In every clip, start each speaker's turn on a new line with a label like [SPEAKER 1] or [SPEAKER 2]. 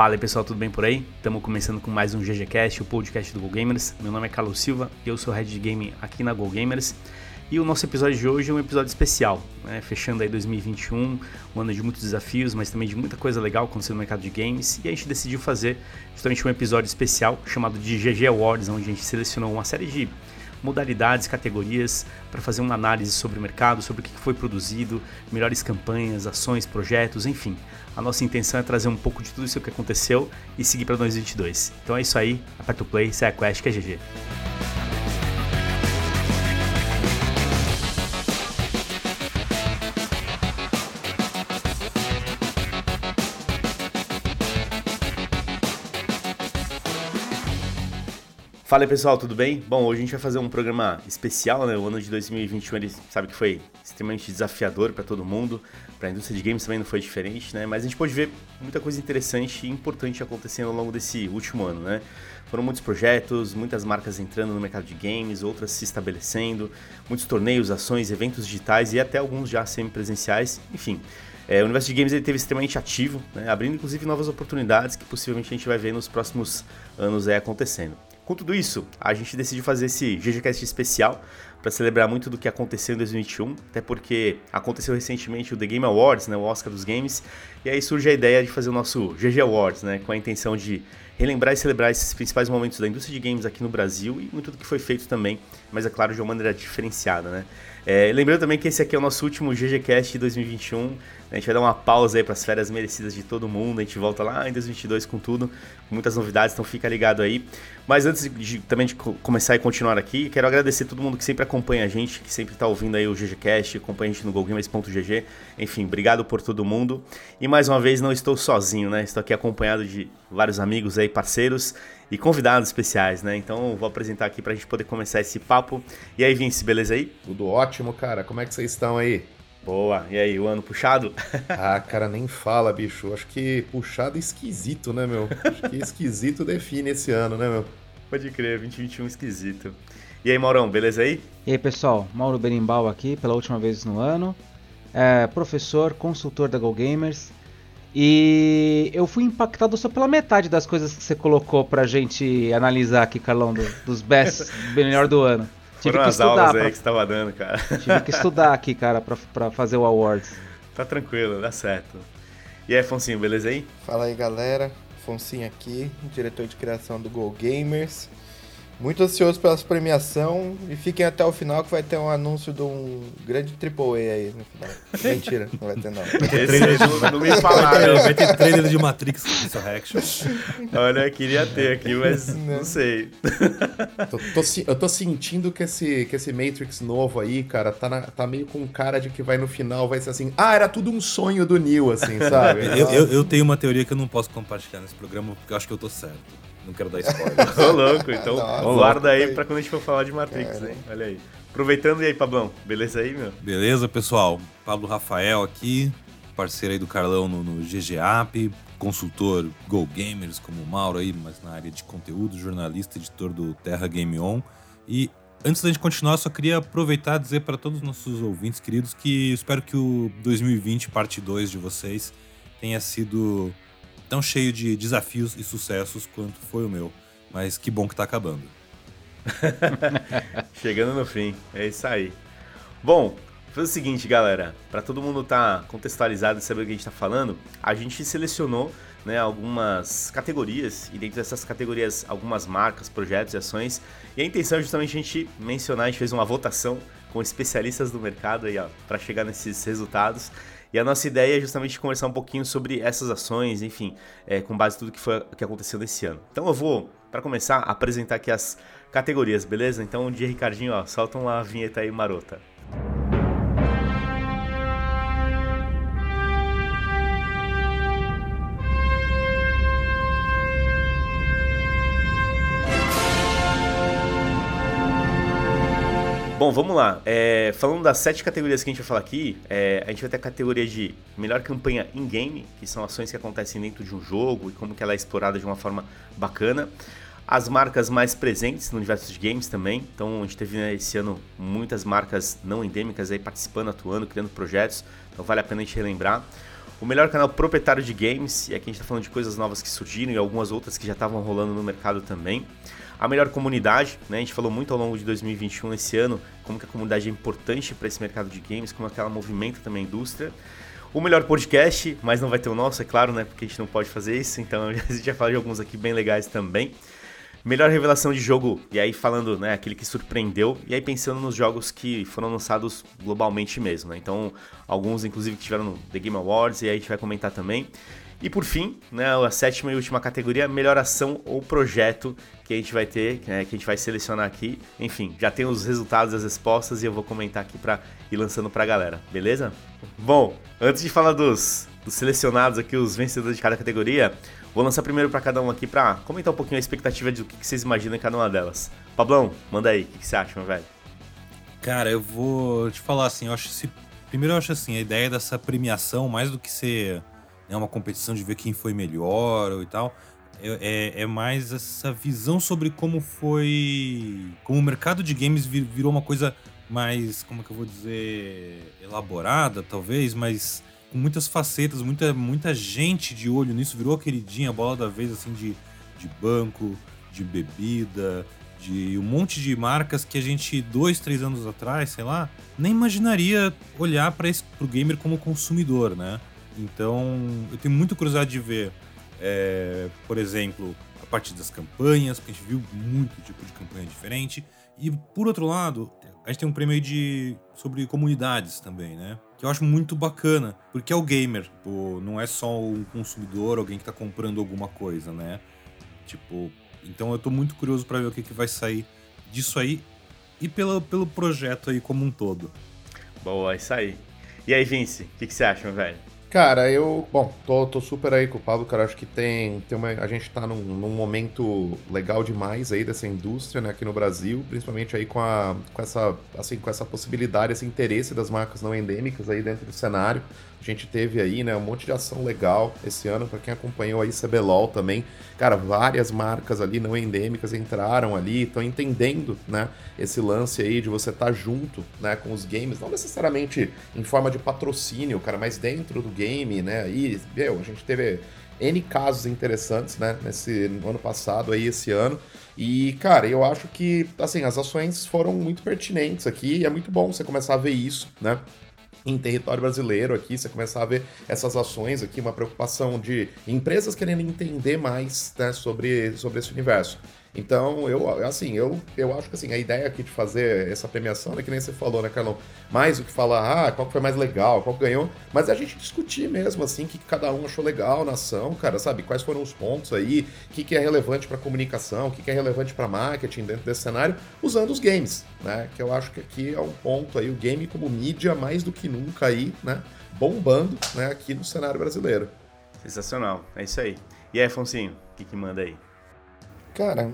[SPEAKER 1] Fala aí pessoal, tudo bem por aí? Estamos começando com mais um GGCast, o podcast do GoGamers. Meu nome é Carlos Silva e eu sou Head de Game aqui na GoGamers. E o nosso episódio de hoje é um episódio especial, né? Fechando aí 2021, um ano de muitos desafios, mas também de muita coisa legal acontecendo no mercado de games. E a gente decidiu fazer justamente um episódio especial chamado de GG Awards, onde a gente selecionou uma série de modalidades, categorias, para fazer uma análise sobre o mercado, sobre o que foi produzido, melhores campanhas, ações, projetos, enfim. A nossa intenção é trazer um pouco de tudo isso que aconteceu e seguir para 2022. Então é isso aí, aperta o play, sai a quest que é GG. Fala aí pessoal, tudo bem? Bom, hoje a gente vai fazer um programa especial, né? O ano de 2021, ele sabe que foi extremamente desafiador para todo mundo, para a indústria de games também não foi diferente, né? Mas a gente pôde ver muita coisa interessante e importante acontecendo ao longo desse último ano, né? Foram muitos projetos, muitas marcas entrando no mercado de games, outras se estabelecendo, muitos torneios, ações, eventos digitais e até alguns já semi-presenciais, enfim. O universo de games ele teve extremamente ativo, né? Abrindo inclusive novas oportunidades que possivelmente a gente vai ver nos próximos anos acontecendo. Com tudo isso, a gente decidiu fazer esse GGCast especial para celebrar muito do que aconteceu em 2021, até porque aconteceu recentemente o The Game Awards, né, o Oscar dos Games, e aí surge a ideia de fazer o nosso GG Awards, né, com a intenção de relembrar e celebrar esses principais momentos da indústria de games aqui no Brasil e muito do que foi feito também, mas é claro, de uma maneira diferenciada, né. Lembrando também que esse aqui é o nosso último GGCast de 2021, a gente vai dar uma pausa aí para as férias merecidas de todo mundo, a gente volta lá em 2022 com tudo, com muitas novidades, então fica ligado aí. Mas antes também de começar e continuar aqui, quero agradecer a todo mundo que sempre acompanha a gente, que sempre está ouvindo aí o GGCast, acompanha a gente no GoGamers.gg, enfim, obrigado por todo mundo. E mais uma vez não estou sozinho, né? Estou aqui acompanhado de vários amigos aí, parceiros e convidados especiais, né? Então vou apresentar aqui para a gente poder começar esse papo. E aí, Vince, beleza aí?
[SPEAKER 2] Tudo ótimo, cara. Como é que vocês estão aí?
[SPEAKER 1] Boa, e aí, o ano puxado?
[SPEAKER 2] Ah, cara, nem fala, bicho. Acho que puxado esquisito, né, meu? Acho que esquisito define esse ano, né, meu?
[SPEAKER 1] Pode crer, 2021 esquisito. E aí, Maurão, beleza aí?
[SPEAKER 3] E aí, pessoal, Mauro Berimbau aqui, pela última vez no ano. Professor, consultor da GoGamers. E eu fui impactado só pela metade das coisas que você colocou pra gente analisar aqui, Carlão, dos best, melhor do ano.
[SPEAKER 1] Foram as aulas aí que você tava dando, cara.
[SPEAKER 3] Tive que estudar aqui, cara, pra fazer o Awards.
[SPEAKER 1] Tá tranquilo, dá certo. E aí, Afonsinho, beleza aí?
[SPEAKER 4] Fala aí, galera. Afonsinho aqui, diretor de criação do GoGamers. Muito ansioso pela premiação e fiquem até o final que vai ter um anúncio de um grande AAA aí no final. Mentira, não vai ter não.
[SPEAKER 1] Não me falaram.
[SPEAKER 5] Vai ter trailer de Matrix Resurrection.
[SPEAKER 1] Olha, queria ter aqui, mas não sei.
[SPEAKER 2] Eu tô sentindo que esse Matrix novo aí, cara, tá meio com cara de que vai no final, vai ser assim, era tudo um sonho do Neo, assim, sabe?
[SPEAKER 5] Eu tenho uma teoria que eu não posso compartilhar nesse programa porque eu acho que eu tô certo. Não quero dar spoiler.
[SPEAKER 1] Ô louco, então guarda aí pra quando a gente for falar de Matrix, hein? Olha aí. Aproveitando, e aí, Pablão? Beleza aí, meu?
[SPEAKER 5] Beleza, pessoal? Pablo Rafael aqui, parceiro aí do Carlão no GGApp, consultor GoGamers como o Mauro aí, mas na área de conteúdo, jornalista, editor do Terra Game On. E antes da gente continuar, só queria aproveitar e dizer para todos os nossos ouvintes queridos que espero que o 2020, parte 2 de vocês, tenha sido tão cheio de desafios e sucessos quanto foi o meu. Mas que bom que tá acabando.
[SPEAKER 1] Chegando no fim, é isso aí. Bom, vou fazer o seguinte, galera. Para todo mundo tá contextualizado e saber o que a gente tá falando, a gente selecionou, né, algumas categorias, e dentro dessas categorias algumas marcas, projetos e ações. E a intenção é justamente a gente mencionar, a gente fez uma votação com especialistas do mercado aí, ó, para chegar nesses resultados. E a nossa ideia é justamente conversar um pouquinho sobre essas ações, enfim, com base em tudo que aconteceu nesse ano. Então eu vou, para começar, apresentar aqui as categorias, beleza? Então, dia Ricardinho, ó, solta uma vinheta aí marota. Bom, vamos lá. Falando das 7 categorias que a gente vai falar aqui, a gente vai ter a categoria de melhor campanha in-game, que são ações que acontecem dentro de um jogo e como que ela é explorada de uma forma bacana. As marcas mais presentes no universo de games também. Então a gente teve, né, esse ano muitas marcas não endêmicas aí participando, atuando, criando projetos. Então vale a pena a gente relembrar. o melhor canal proprietário de games, e aqui a gente tá falando de coisas novas que surgiram e algumas outras que já estavam rolando no mercado também. A melhor comunidade, né? A gente falou muito ao longo de 2021, esse ano, como que a comunidade é importante para esse mercado de games, como é que ela movimenta também a indústria. O melhor podcast, mas não vai ter o nosso, é claro, né? Porque a gente não pode fazer isso, então a gente já falou de alguns aqui bem legais também. Melhor revelação de jogo, e aí falando, né, aquele que surpreendeu, e aí pensando nos jogos que foram lançados globalmente mesmo, né? Então, alguns inclusive que tiveram no The Game Awards, e aí a gente vai comentar também. E por fim, né, a 7ª e última categoria, melhor ação ou projeto que a gente vai ter, que a gente vai selecionar aqui. Enfim, já tem os resultados, as respostas, e eu vou comentar aqui pra ir lançando pra galera, beleza? Bom, antes de falar dos selecionados aqui, os vencedores de cada categoria, vou lançar primeiro para cada um aqui para comentar um pouquinho a expectativa do que vocês imaginam em cada uma delas. Pablão, manda aí, o que você acha, meu velho?
[SPEAKER 5] Cara, eu vou te falar assim, primeiro eu acho assim, a ideia dessa premiação, mais do que ser, né, uma competição de ver quem foi melhor e tal, é mais essa visão sobre como o mercado de games virou uma coisa mais, como que eu vou dizer, elaborada, talvez, mas com muitas facetas, muita gente de olho nisso, virou a queridinha, a bola da vez, assim, de banco, de bebida, de um monte de marcas que a gente, 2, 3 anos atrás, sei lá, nem imaginaria olhar para o gamer como consumidor, né? Então, eu tenho muita curiosidade de ver, por exemplo, a parte das campanhas, porque a gente viu muito tipo de campanha diferente. E, por outro lado, a gente tem um prêmio aí sobre comunidades também, né? Que eu acho muito bacana, porque é o gamer, tipo, não é só um consumidor, alguém que tá comprando alguma coisa, né? Tipo, então eu tô muito curioso pra ver o que vai sair disso aí e pelo projeto aí como um todo.
[SPEAKER 1] Boa, é isso aí. E aí, Vince, o que você acha, meu velho?
[SPEAKER 2] Cara, tô super aí com o Pablo, cara, acho que a gente tá num momento legal demais aí dessa indústria, né, aqui no Brasil, principalmente aí com essa possibilidade, esse interesse das marcas não endêmicas aí dentro do cenário. A gente teve aí, né, um monte de ação legal esse ano, pra quem acompanhou aí CBLOL também. Cara, várias marcas ali não endêmicas entraram ali, estão entendendo, né, esse lance aí de você estar junto, né, com os games, não necessariamente em forma de patrocínio, cara, mas dentro do game, né, aí, a gente teve N casos interessantes, né, no ano passado aí, esse ano, e, cara, eu acho que, assim, as ações foram muito pertinentes aqui, e é muito bom você começar a ver isso, né, em território brasileiro aqui, você começar a ver essas ações aqui, uma preocupação de empresas querendo entender mais, né, sobre esse universo. Então, eu acho que assim, a ideia aqui de fazer essa premiação, né, que nem você falou, né, Carlão? Mais do que falar, qual que foi mais legal, qual que ganhou, mas a gente discutir mesmo, assim, o que cada um achou legal na ação, cara, sabe? Quais foram os pontos aí, o que é relevante para comunicação, o que é relevante para marketing dentro desse cenário, usando os games, né? Que eu acho que aqui é um ponto aí, o game como mídia, mais do que nunca aí, né? Bombando, né, aqui no cenário brasileiro.
[SPEAKER 1] Sensacional, é isso aí. E aí, Afonsinho, o que manda aí?
[SPEAKER 4] Cara,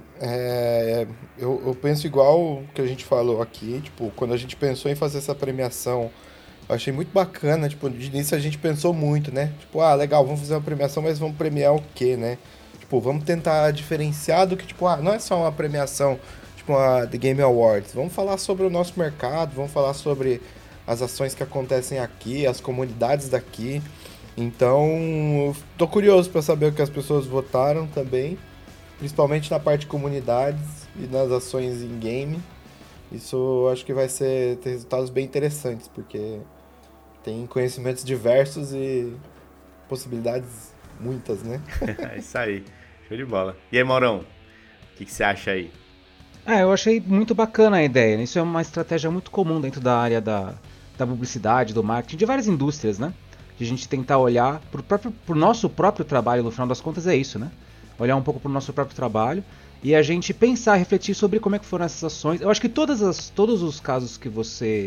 [SPEAKER 4] eu penso igual o que a gente falou aqui, tipo, quando a gente pensou em fazer essa premiação, eu achei muito bacana, tipo, de início a gente pensou muito, né? Tipo, legal, vamos fazer uma premiação, mas vamos premiar o quê, né? Tipo, vamos tentar diferenciar do que, tipo, não é só uma premiação, tipo, a The Game Awards, vamos falar sobre o nosso mercado, vamos falar sobre as ações que acontecem aqui, as comunidades daqui, então, eu tô curioso pra saber o que as pessoas votaram também, principalmente na parte de comunidades e nas ações em game. Isso eu acho que vai ter resultados bem interessantes, porque tem conhecimentos diversos e possibilidades muitas, né?
[SPEAKER 1] É isso aí, show de bola. E aí, Maurão, o que você acha aí?
[SPEAKER 3] Eu achei muito bacana a ideia. Isso é uma estratégia muito comum dentro da área da publicidade, do marketing, de várias indústrias, né? De a gente tentar olhar pro nosso próprio trabalho, no final das contas é isso, né? Olhar um pouco para o nosso próprio trabalho e a gente pensar, refletir sobre como é que foram essas ações. Eu acho que todos os casos que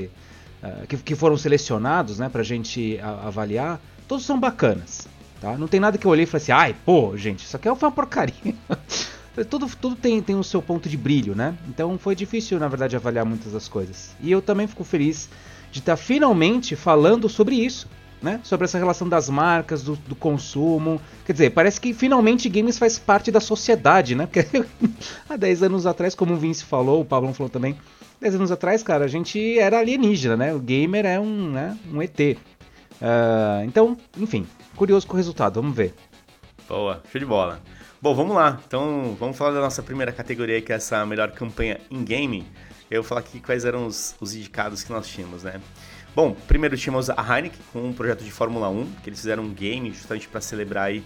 [SPEAKER 3] que foram selecionados, né, para a gente avaliar, todos são bacanas, tá? Não tem nada que eu olhei e falei assim, gente, isso aqui foi uma porcaria. Tudo tem o seu ponto de brilho, né? Então foi difícil, na verdade, avaliar muitas das coisas. E eu também fico feliz de estar finalmente falando sobre isso, né? Sobre essa relação das marcas, do consumo. Quer dizer, parece que finalmente games faz parte da sociedade, né? Porque há 10 anos atrás, como o Vince falou, o Pablo falou também, 10 anos atrás, cara, a gente era alienígena, né? O gamer é um ET. Então, enfim, curioso com o resultado, vamos ver.
[SPEAKER 1] Boa, show de bola. Bom, vamos lá. Então, vamos falar da nossa primeira categoria, que é essa melhor campanha in-game. Eu vou falar aqui quais eram os indicados que nós tínhamos, né? Bom, primeiro tínhamos a Heineken com um projeto de Fórmula 1, que eles fizeram um game justamente para celebrar aí,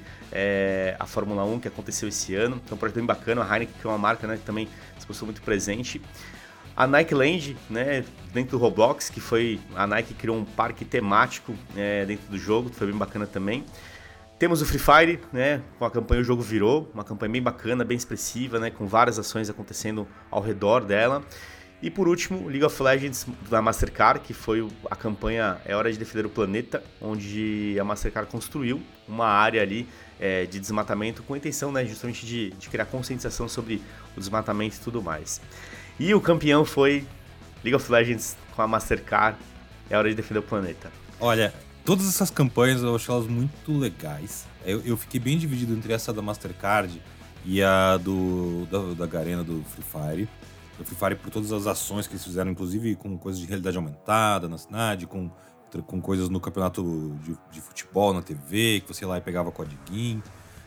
[SPEAKER 1] a Fórmula 1 que aconteceu esse ano. Então, um projeto bem bacana. A Heineken, que é uma marca, né, que também se mostrou muito presente. A Nike Land, né, dentro do Roblox, que foi a Nike criou um parque temático dentro do jogo, que foi bem bacana também. Temos o Free Fire, né, com a campanha O Jogo Virou, uma campanha bem bacana, bem expressiva, né, com várias ações acontecendo ao redor dela. E por último, League of Legends da Mastercard, que foi a campanha É Hora de Defender o Planeta, onde a Mastercard construiu uma área ali de desmatamento com a intenção, né, justamente de criar conscientização sobre o desmatamento e tudo mais. E o campeão foi League of Legends com a Mastercard, É Hora de Defender o Planeta.
[SPEAKER 5] Olha, todas essas campanhas eu acho elas muito legais. Eu fiquei bem dividido entre essa da Mastercard e a da Garena do Free Fire. Do Free Fire por todas as ações que eles fizeram, inclusive com coisas de realidade aumentada na cidade, com coisas no campeonato de futebol na TV, que você ia lá e pegava codiguinho.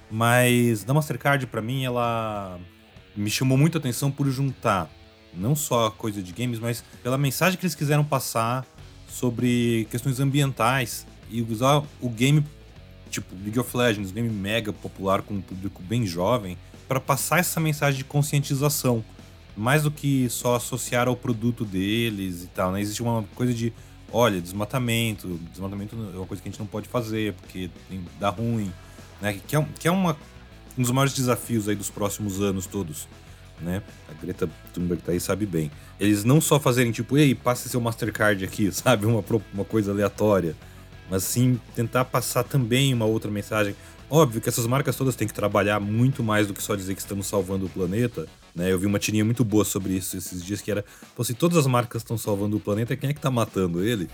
[SPEAKER 5] Mas da Mastercard, pra mim, ela me chamou muito a atenção por juntar não só coisa de games, mas pela mensagem que eles quiseram passar sobre questões ambientais e usar o game, tipo League of Legends, um game mega popular com um público bem jovem, para passar essa mensagem de conscientização. Mais do que só associar ao produto deles e tal, né? Existe uma coisa de, olha, desmatamento é uma coisa que a gente não pode fazer, porque dá ruim, né? Que é um dos maiores desafios aí dos próximos anos todos, né? A Greta Thunberg tá aí, sabe bem. Eles não só fazerem tipo, ei, passe seu Mastercard aqui, sabe? Uma coisa aleatória, mas sim tentar passar também uma outra mensagem. Óbvio que essas marcas todas têm que trabalhar muito mais do que só dizer que estamos salvando o planeta, né? Eu vi uma tirinha muito boa sobre isso esses dias, que era, pô, se todas as marcas estão salvando o planeta, quem é que tá matando ele?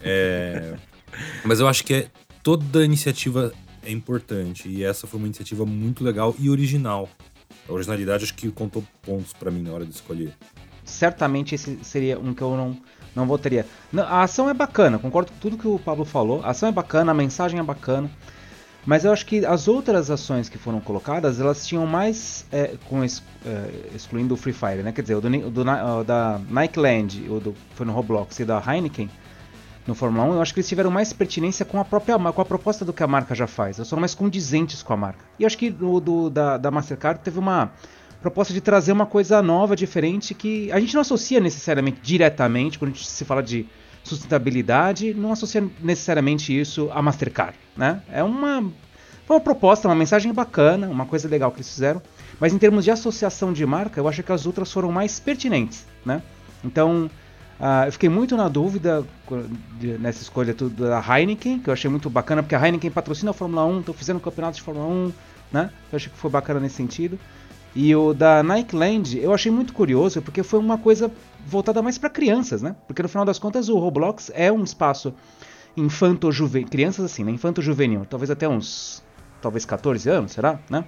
[SPEAKER 5] Mas eu acho que toda iniciativa é importante, e essa foi uma iniciativa muito legal e original. A originalidade acho que contou pontos pra mim na hora de escolher.
[SPEAKER 3] Certamente esse seria um que eu não votaria. A ação é bacana, concordo com tudo que o Pablo falou. A ação é bacana, a mensagem é bacana. Mas eu acho que as outras ações que foram colocadas, elas tinham mais, excluindo o Free Fire, né? Quer dizer, o da Nike Land, foi no Roblox, e da Heineken, no Fórmula 1, eu acho que eles tiveram mais pertinência com a proposta do que a marca já faz. Eles foram mais condizentes com a marca. E eu acho que da Mastercard teve uma proposta de trazer uma coisa nova, diferente, que a gente não associa necessariamente, diretamente, quando a gente se fala de sustentabilidade, não associa necessariamente isso a Mastercard, né? Foi uma proposta, uma mensagem bacana, uma coisa legal que eles fizeram, mas em termos de associação de marca, eu acho que as outras foram mais pertinentes, né? Então, eu fiquei muito na dúvida nessa escolha da Heineken, que eu achei muito bacana, porque a Heineken patrocina a Fórmula 1, estão fazendo um campeonato de Fórmula 1, né? Eu achei que foi bacana nesse sentido. E o da Nike Land eu achei muito curioso, porque foi uma coisa voltada mais para crianças, né? Porque no final das contas o Roblox é um espaço infanto-juvenil, crianças assim, né? Infanto-juvenil, talvez até uns 14 anos, será? Né?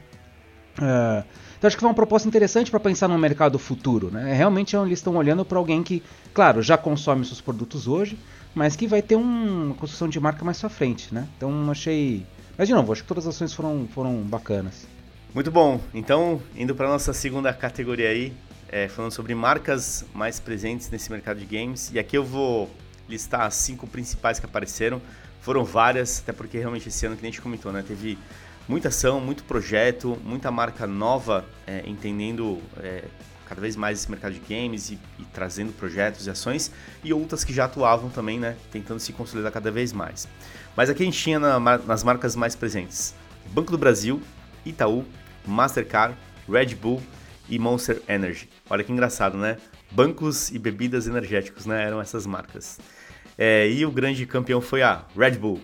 [SPEAKER 3] Então acho que foi uma proposta interessante para pensar no mercado futuro, né? Realmente eles estão olhando para alguém que, claro, já consome seus produtos hoje, mas que vai ter uma construção de marca mais pra frente, né? Então achei... Mas de novo, acho que todas as ações foram bacanas.
[SPEAKER 1] Muito bom, então indo para nossa segunda categoria aí, falando sobre marcas mais presentes nesse mercado de games, e aqui eu vou listar as 5 principais que apareceram, foram várias, até porque realmente esse ano, que nem a gente comentou, né, teve muita ação, muito projeto, muita marca nova entendendo cada vez mais esse mercado de games e trazendo projetos e ações, e outras que já atuavam também, né, tentando se consolidar cada vez mais. Mas aqui a gente tinha nas marcas mais presentes, Banco do Brasil, Itaú, Mastercard, Red Bull e Monster Energy. Olha que engraçado, né? Bancos e bebidas energéticos, né? Eram essas marcas. E o grande campeão foi a Red Bull.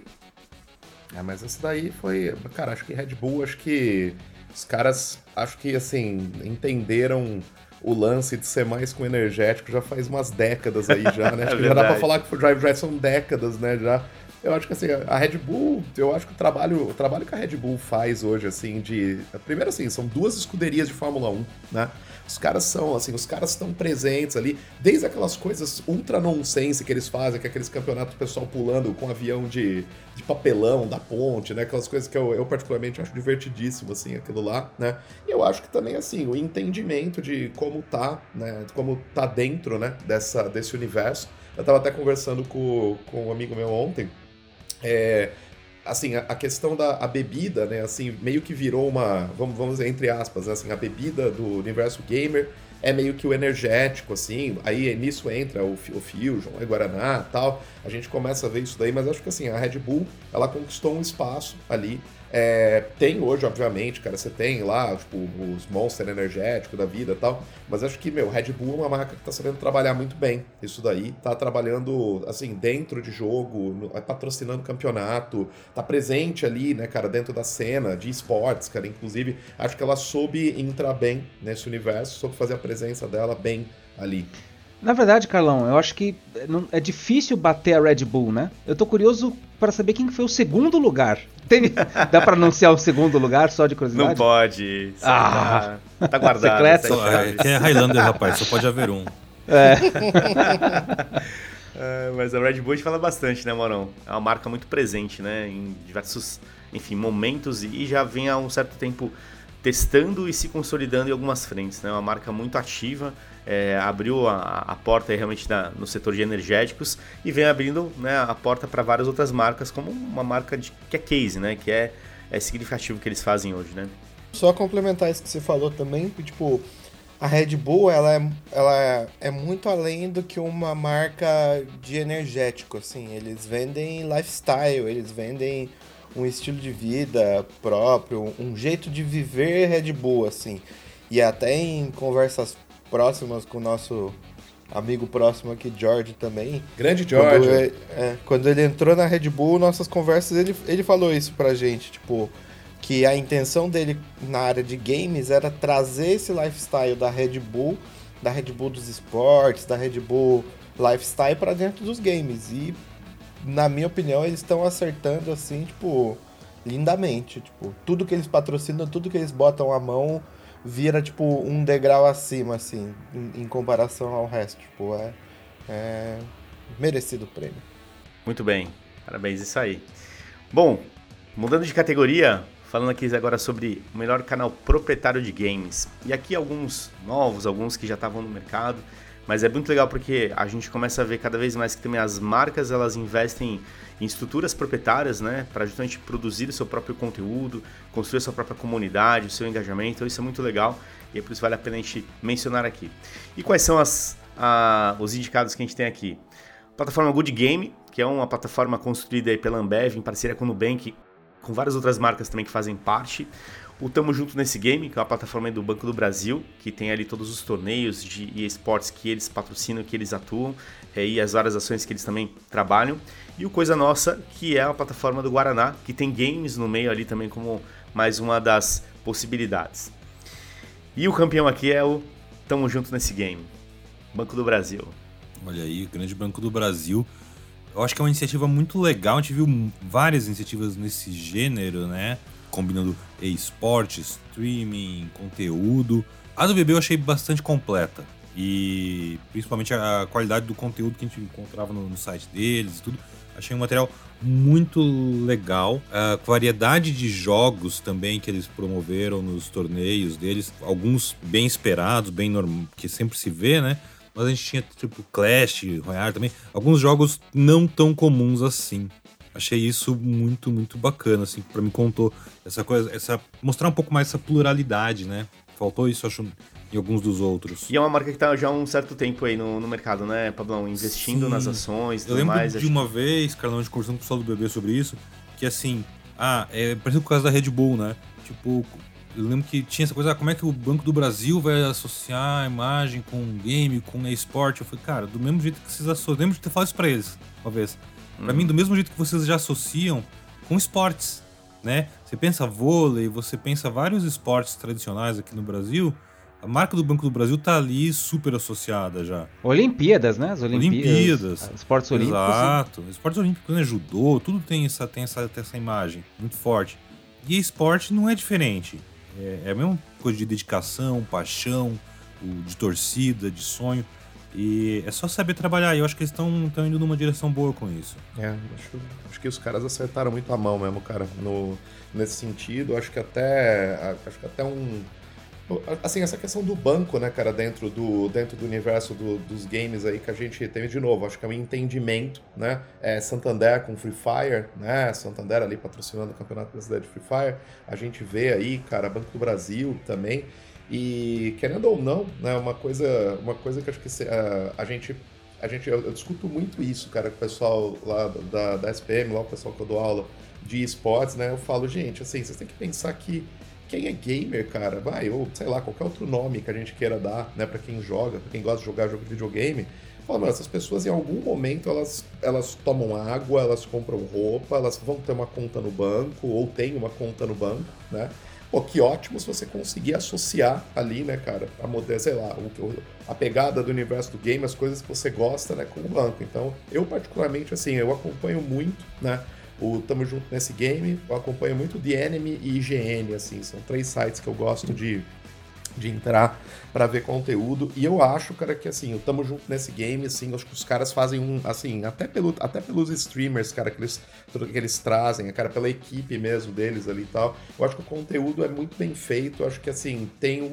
[SPEAKER 2] Mas essa daí foi... Cara, acho que Red Bull, acho que os caras, acho que, assim, entenderam o lance de ser mais com energético já faz umas décadas aí já, né? Acho que já dá pra falar que já são décadas, né? Já Eu acho que assim, a Red Bull, eu acho que o trabalho que a Red Bull faz hoje, assim, primeiro assim, são 2 escuderias de Fórmula 1, né? Os caras estão presentes ali, desde aquelas coisas ultra nonsense que eles fazem, que é aqueles campeonatos pessoal pulando com avião de papelão da ponte, né? Aquelas coisas que eu particularmente acho divertidíssimo, assim, aquilo lá, né? E eu acho que também, assim, o entendimento de como tá, né? Como tá dentro, né? Desse universo. Eu tava até conversando com um amigo meu ontem, assim, a questão da bebida, né, assim, meio que virou vamos dizer, entre aspas, assim, a bebida do universo gamer é meio que o energético, assim, aí nisso entra o Fusion, o Guaraná e tal, a gente começa a ver isso daí, mas acho que, assim, a Red Bull, ela conquistou um espaço ali. Tem hoje, obviamente, cara, você tem lá, tipo, os Monster energético da vida e tal, mas acho que, Red Bull é uma marca que tá sabendo trabalhar muito bem isso daí, tá trabalhando, assim, dentro de jogo, patrocinando campeonato, tá presente ali, né, cara, dentro da cena de esportes, cara, inclusive, acho que ela soube entrar bem nesse universo, soube fazer a presença dela bem ali.
[SPEAKER 3] Na verdade, Carlão, eu acho que é difícil bater a Red Bull, né? Eu tô curioso para saber quem foi o segundo lugar. Dá pra anunciar o segundo lugar, só de curiosidade?
[SPEAKER 1] Não pode. Tá guardado.
[SPEAKER 3] Secreto.
[SPEAKER 5] É Highlander, rapaz, só pode haver um.
[SPEAKER 1] Mas a Red Bull a gente fala bastante, né, Maurão? É uma marca muito presente, né? Em diversos, enfim, momentos e já vem há um certo tempo testando e se consolidando em algumas frentes, né? Uma marca muito ativa, abriu a porta aí realmente no setor de energéticos e vem abrindo, né, a porta para várias outras marcas, como uma marca que é case, né? Que é significativo o que eles fazem hoje, né?
[SPEAKER 4] Só complementar isso que você falou também, tipo, a Red Bull, ela é muito além do que uma marca de energético, assim. Eles vendem lifestyle, eles vendem um estilo de vida próprio, um jeito de viver Red Bull, assim. E até em conversas próximas com o nosso amigo próximo aqui, George, também.
[SPEAKER 2] Grande George.
[SPEAKER 4] Quando ele entrou na Red Bull, nossas conversas, ele falou isso pra gente, tipo, que a intenção dele na área de games era trazer esse lifestyle da Red Bull dos esportes, da Red Bull Lifestyle pra dentro dos games. E, na minha opinião, eles estão acertando, assim, tipo, lindamente. Tipo, tudo que eles patrocinam, tudo que eles botam a mão, vira, tipo, um degrau acima, assim, em comparação ao resto. Tipo, é merecido o prêmio.
[SPEAKER 1] Muito bem, parabéns, isso aí. Bom, mudando de categoria, falando aqui agora sobre o melhor canal proprietário de games. E aqui alguns novos, alguns que já estavam no mercado, mas é muito legal porque a gente começa a ver cada vez mais que também as marcas, elas investem em estruturas proprietárias, né, para justamente produzir o seu próprio conteúdo, construir a sua própria comunidade, o seu engajamento. Então isso é muito legal e é por isso vale a pena a gente mencionar aqui. E quais são os indicados que a gente tem aqui? A plataforma Good Game, que é uma plataforma construída aí pela Ambev em parceria com o Nubank, com várias outras marcas também que fazem parte. O Tamo Junto Nesse Game, que é uma plataforma do Banco do Brasil, que tem ali todos os torneios de esportes que eles patrocinam, que eles atuam, e as várias ações que eles também trabalham. E o Coisa Nossa, que é a plataforma do Guaraná, que tem games no meio ali também como mais uma das possibilidades. E o campeão aqui é o Tamo Junto Nesse Game, Banco do Brasil.
[SPEAKER 5] Olha aí, o grande Banco do Brasil. Eu acho que é uma iniciativa muito legal, a gente viu várias iniciativas nesse gênero, né? Combinando esporte, streaming, conteúdo. A do BB eu achei bastante completa. E principalmente a qualidade do conteúdo que a gente encontrava no site deles e tudo. Achei um material muito legal. A variedade de jogos também que eles promoveram nos torneios deles. Alguns bem esperados, bem normal, que sempre se vê, né? Mas a gente tinha tipo Clash Royale também. Alguns jogos não tão comuns assim. Achei isso muito, muito bacana, assim, pra mim contou essa coisa, mostrar um pouco mais essa pluralidade, né? Faltou isso, acho, em alguns dos outros.
[SPEAKER 1] E é uma marca que tá já há um certo tempo aí no mercado, né, Pablão? Investindo nas ações e tudo mais.
[SPEAKER 5] Eu lembro de uma vez, Carlão, a gente conversando com o pessoal do BB sobre isso, que assim, parece com o caso da Red Bull, né? Tipo, eu lembro que tinha essa coisa, como é que o Banco do Brasil vai associar a imagem com game, com esporte? Eu falei, cara, do mesmo jeito que vocês associam, lembro de ter falado isso pra eles, uma vez. Pra mim, do mesmo jeito que vocês já associam com esportes, né? Você pensa vôlei, você pensa vários esportes tradicionais aqui no Brasil, A marca do Banco do Brasil tá ali super associada já.
[SPEAKER 3] Olimpíadas, né? As
[SPEAKER 5] Olimpíadas.
[SPEAKER 3] Esportes olímpicos.
[SPEAKER 5] Exato. Esportes olímpicos, né? Judô, tudo tem essa imagem muito forte. E esporte não é diferente. É a mesma coisa de dedicação, paixão, de torcida, de sonho. E é só saber trabalhar. E eu acho que eles estão indo numa direção boa com isso.
[SPEAKER 2] Acho que os caras acertaram muito a mão mesmo, cara, nesse sentido. Acho que até assim, essa questão do banco, né, cara, dentro do universo dos games aí que a gente teve de novo, acho que é um entendimento, né, Santander com Free Fire, né, Santander ali patrocinando o Campeonato Brasileiro de Free Fire, a gente vê aí, cara, Banco do Brasil também, e querendo ou não, né, uma coisa que acho que eu discuto muito isso, cara, com o pessoal lá da SPM, lá o pessoal que eu dou aula de esportes, né, eu falo, gente, assim, vocês têm que pensar que quem é gamer, cara, ou sei lá, qualquer outro nome que a gente queira dar, né, pra quem joga, pra quem gosta de jogar jogo de videogame, fala, mano, essas pessoas em algum momento elas tomam água, elas compram roupa, elas vão ter uma conta no banco, ou tem uma conta no banco, né? Pô, que ótimo se você conseguir associar ali, né, cara, sei lá, a pegada do universo do game, as coisas que você gosta, né, com o banco. Então, eu particularmente, assim, eu acompanho muito, né, o Tamo Junto Nesse Game, eu acompanho muito The Enemy e IGN, assim, são 3 sites que eu gosto de entrar pra ver conteúdo, e eu acho, cara, que assim, o Tamo Junto Nesse Game, assim, acho que os caras fazem assim, até pelos streamers, cara, que eles trazem, cara, pela equipe mesmo deles ali e tal, eu acho que o conteúdo é muito bem feito, eu acho que, assim,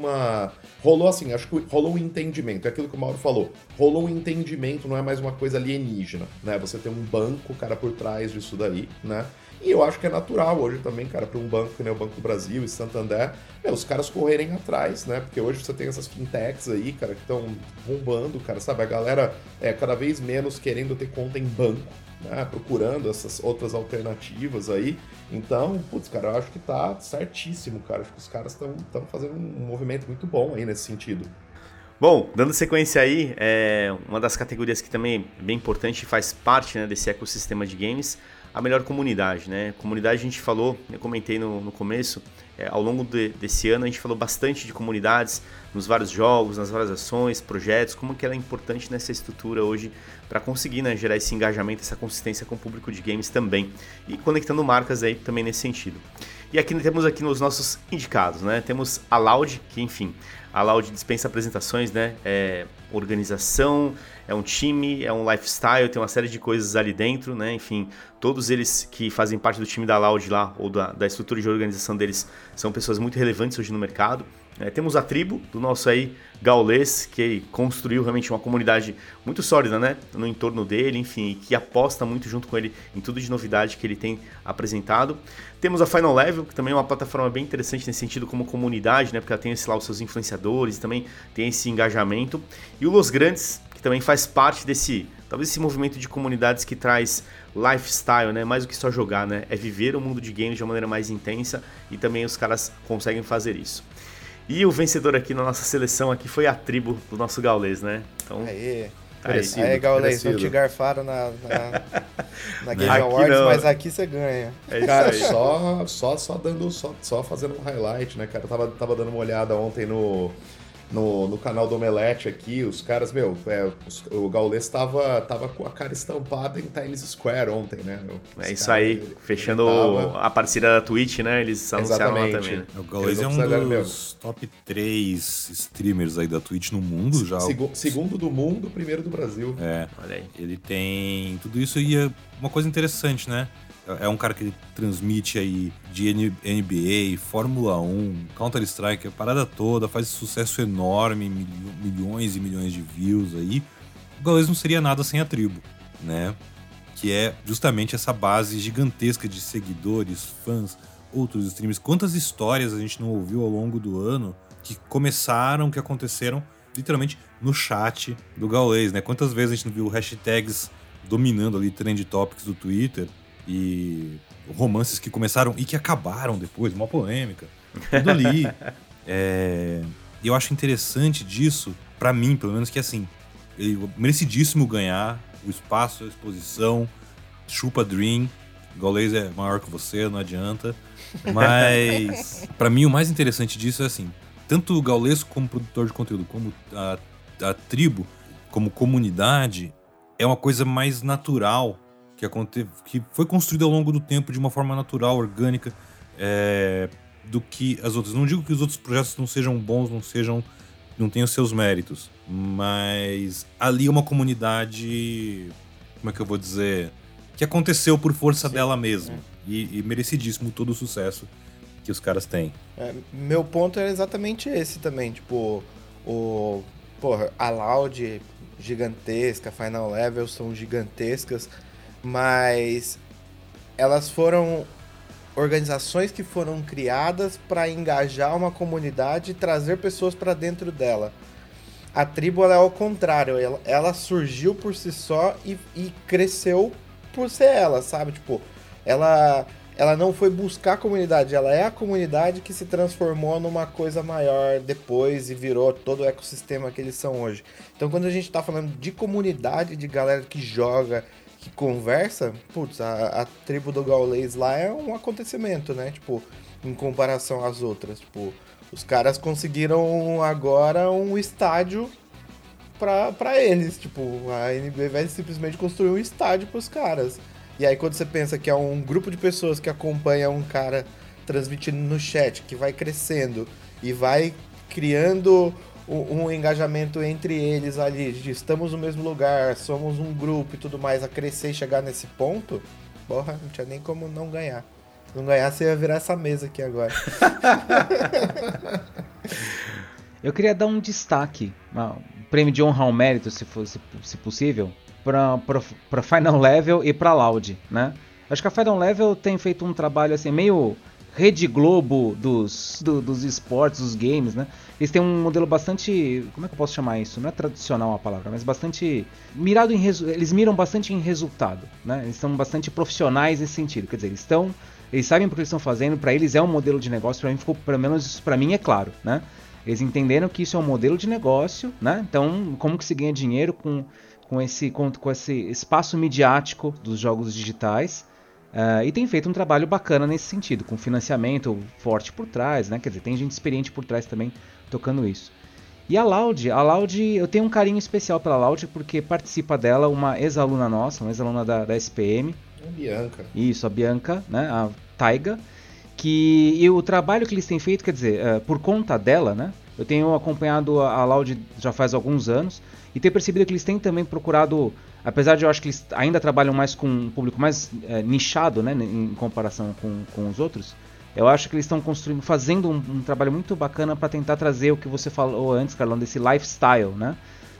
[SPEAKER 2] acho que rolou um entendimento, é aquilo que o Mauro falou, rolou um entendimento, não é mais uma coisa alienígena, né, você tem um banco, cara, por trás disso daí, né, e eu acho que é natural hoje também, cara, para um banco, né, o Banco do Brasil e Santander, os caras correrem atrás, né? Porque hoje você tem essas fintechs aí, cara, que estão bombando, cara, sabe? A galera cada vez menos querendo ter conta em banco, né? Procurando essas outras alternativas aí. Então, putz, cara, eu acho que tá certíssimo, cara. Acho que os caras estão fazendo um movimento muito bom aí nesse sentido.
[SPEAKER 1] Bom, dando sequência aí, uma das categorias que também é bem importante e faz parte, né, desse ecossistema de games, a melhor comunidade, né? Comunidade a gente falou, eu comentei no começo, ao longo desse ano a gente falou bastante de comunidades nos vários jogos, nas várias ações, projetos, como que ela é importante nessa estrutura hoje para conseguir, né, gerar esse engajamento, essa consistência com o público de games também e conectando marcas aí também nesse sentido. E aqui temos aqui nos nossos indicados, né? Temos a Loud, que enfim, a Loud dispensa apresentações, né? É organização, é um time, é um lifestyle, tem uma série de coisas ali dentro, né? Enfim, todos eles que fazem parte do time da Loud lá, ou da estrutura de organização deles, são pessoas muito relevantes hoje no mercado. Temos a tribo do nosso aí Gaules, que construiu realmente uma comunidade muito sólida, né, no entorno dele, enfim, que aposta muito junto com ele em tudo de novidade que ele tem apresentado. Temos a Final Level, que também é uma plataforma bem interessante nesse sentido como comunidade, né, porque ela tem lá os seus influenciadores, também tem esse engajamento. E o Los Grandes, que também faz parte talvez esse movimento de comunidades que traz lifestyle, né, mais do que só jogar, né, é viver o mundo de games de uma maneira mais intensa e também os caras conseguem fazer isso. E o vencedor aqui na nossa seleção aqui foi a tribo do nosso Gaulês, né? Então,
[SPEAKER 4] aí Gaulês, não te garfaram na Game Awards,
[SPEAKER 1] não.
[SPEAKER 4] Mas aqui você ganha.
[SPEAKER 2] Cara, só fazendo um highlight, né, cara? Eu tava dando uma olhada ontem no canal do Omelete aqui, os caras, o Gaules tava com a cara estampada em Times Square ontem, né?
[SPEAKER 1] Isso aí, fechando a parceria da Twitch, né? Eles anunciaram lá também.
[SPEAKER 5] O Gaules é um dos top 3 streamers aí da Twitch no mundo já.
[SPEAKER 2] Segundo do mundo, primeiro do Brasil.
[SPEAKER 5] Olha aí. Ele tem tudo isso e é uma coisa interessante, né? É um cara que transmite aí de NBA, Fórmula 1, Counter-Strike, a parada toda, faz sucesso enorme, milhões e milhões de views aí. O Gaules não seria nada sem a tribo, né? Que é justamente essa base gigantesca de seguidores, fãs, outros streamers. Quantas histórias a gente não ouviu ao longo do ano que aconteceram literalmente no chat do Gaules, né? Quantas vezes a gente não viu hashtags dominando ali trend topics do Twitter e romances que começaram e que acabaram depois, uma polêmica, tudo ali. E eu acho interessante disso, pra mim, pelo menos, que assim, merecidíssimo ganhar o espaço, a exposição, chupa Dream, o Gaules é maior que você, não adianta, mas pra mim o mais interessante disso é assim, tanto o Gaules como produtor de conteúdo, como a tribo, como comunidade, é uma coisa mais natural que foi construída ao longo do tempo de uma forma natural, orgânica, do que as outras. Não digo que os outros projetos não sejam bons, não tenham seus méritos, mas ali é uma comunidade, como é que eu vou dizer, que aconteceu por força dela mesma, e merecidíssimo todo o sucesso que os caras têm.
[SPEAKER 4] Meu ponto é exatamente esse também, tipo, a Loud gigantesca, Final Level são gigantescas, mas elas foram organizações que foram criadas para engajar uma comunidade e trazer pessoas para dentro dela. A tribo ela é ao contrário, ela surgiu por si só e cresceu por ser ela, sabe? Tipo, ela não foi buscar a comunidade, ela é a comunidade que se transformou numa coisa maior depois e virou todo o ecossistema que eles são hoje. Então, quando a gente tá falando de comunidade, de galera que joga, que conversa, putz, a tribo do Gaules lá é um acontecimento, né? Tipo, em comparação às outras. Tipo, os caras conseguiram agora um estádio pra eles. Tipo, a NB vai simplesmente construir um estádio pros caras. E aí quando você pensa que é um grupo de pessoas que acompanha um cara transmitindo no chat, que vai crescendo e vai criando um engajamento entre eles ali, de estamos no mesmo lugar, somos um grupo e tudo mais, a crescer e chegar nesse ponto, porra, não tinha nem como não ganhar. Se não ganhar, você ia virar essa mesa aqui agora.
[SPEAKER 3] Eu queria dar um destaque, um prêmio de honra ao mérito, se possível, para Final Level e para Loud, né? Acho que a Final Level tem feito um trabalho assim meio Rede Globo dos esportes, dos games, né? Eles têm um modelo bastante, como é que eu posso chamar isso? Não é tradicional a palavra, mas bastante mirado eles miram bastante em resultado, né? Eles são bastante profissionais nesse sentido, quer dizer, eles sabem o que eles estão fazendo, para eles é um modelo de negócio, para mim ficou, pelo menos isso para mim é claro, né? Eles entenderam que isso é um modelo de negócio, né? Então, como que se ganha dinheiro com esse espaço midiático dos jogos digitais, e tem feito um trabalho bacana nesse sentido, com financiamento forte por trás, né? Quer dizer, tem gente experiente por trás também tocando isso. E a Loud, eu tenho um carinho especial pela Loud porque participa dela uma ex-aluna nossa, uma ex-aluna da SPM.
[SPEAKER 2] A Bianca.
[SPEAKER 3] Isso, a Bianca, né? A Taiga. E o trabalho que eles têm feito, quer dizer, por conta dela, né? Eu tenho acompanhado a Loud já faz alguns anos e tenho percebido que eles têm também procurado, apesar de eu acho que eles ainda trabalham mais com um público mais nichado, né, em comparação com os outros, eu acho que eles estão fazendo um trabalho muito bacana para tentar trazer o que você falou antes, Carlão, desse lifestyle, né?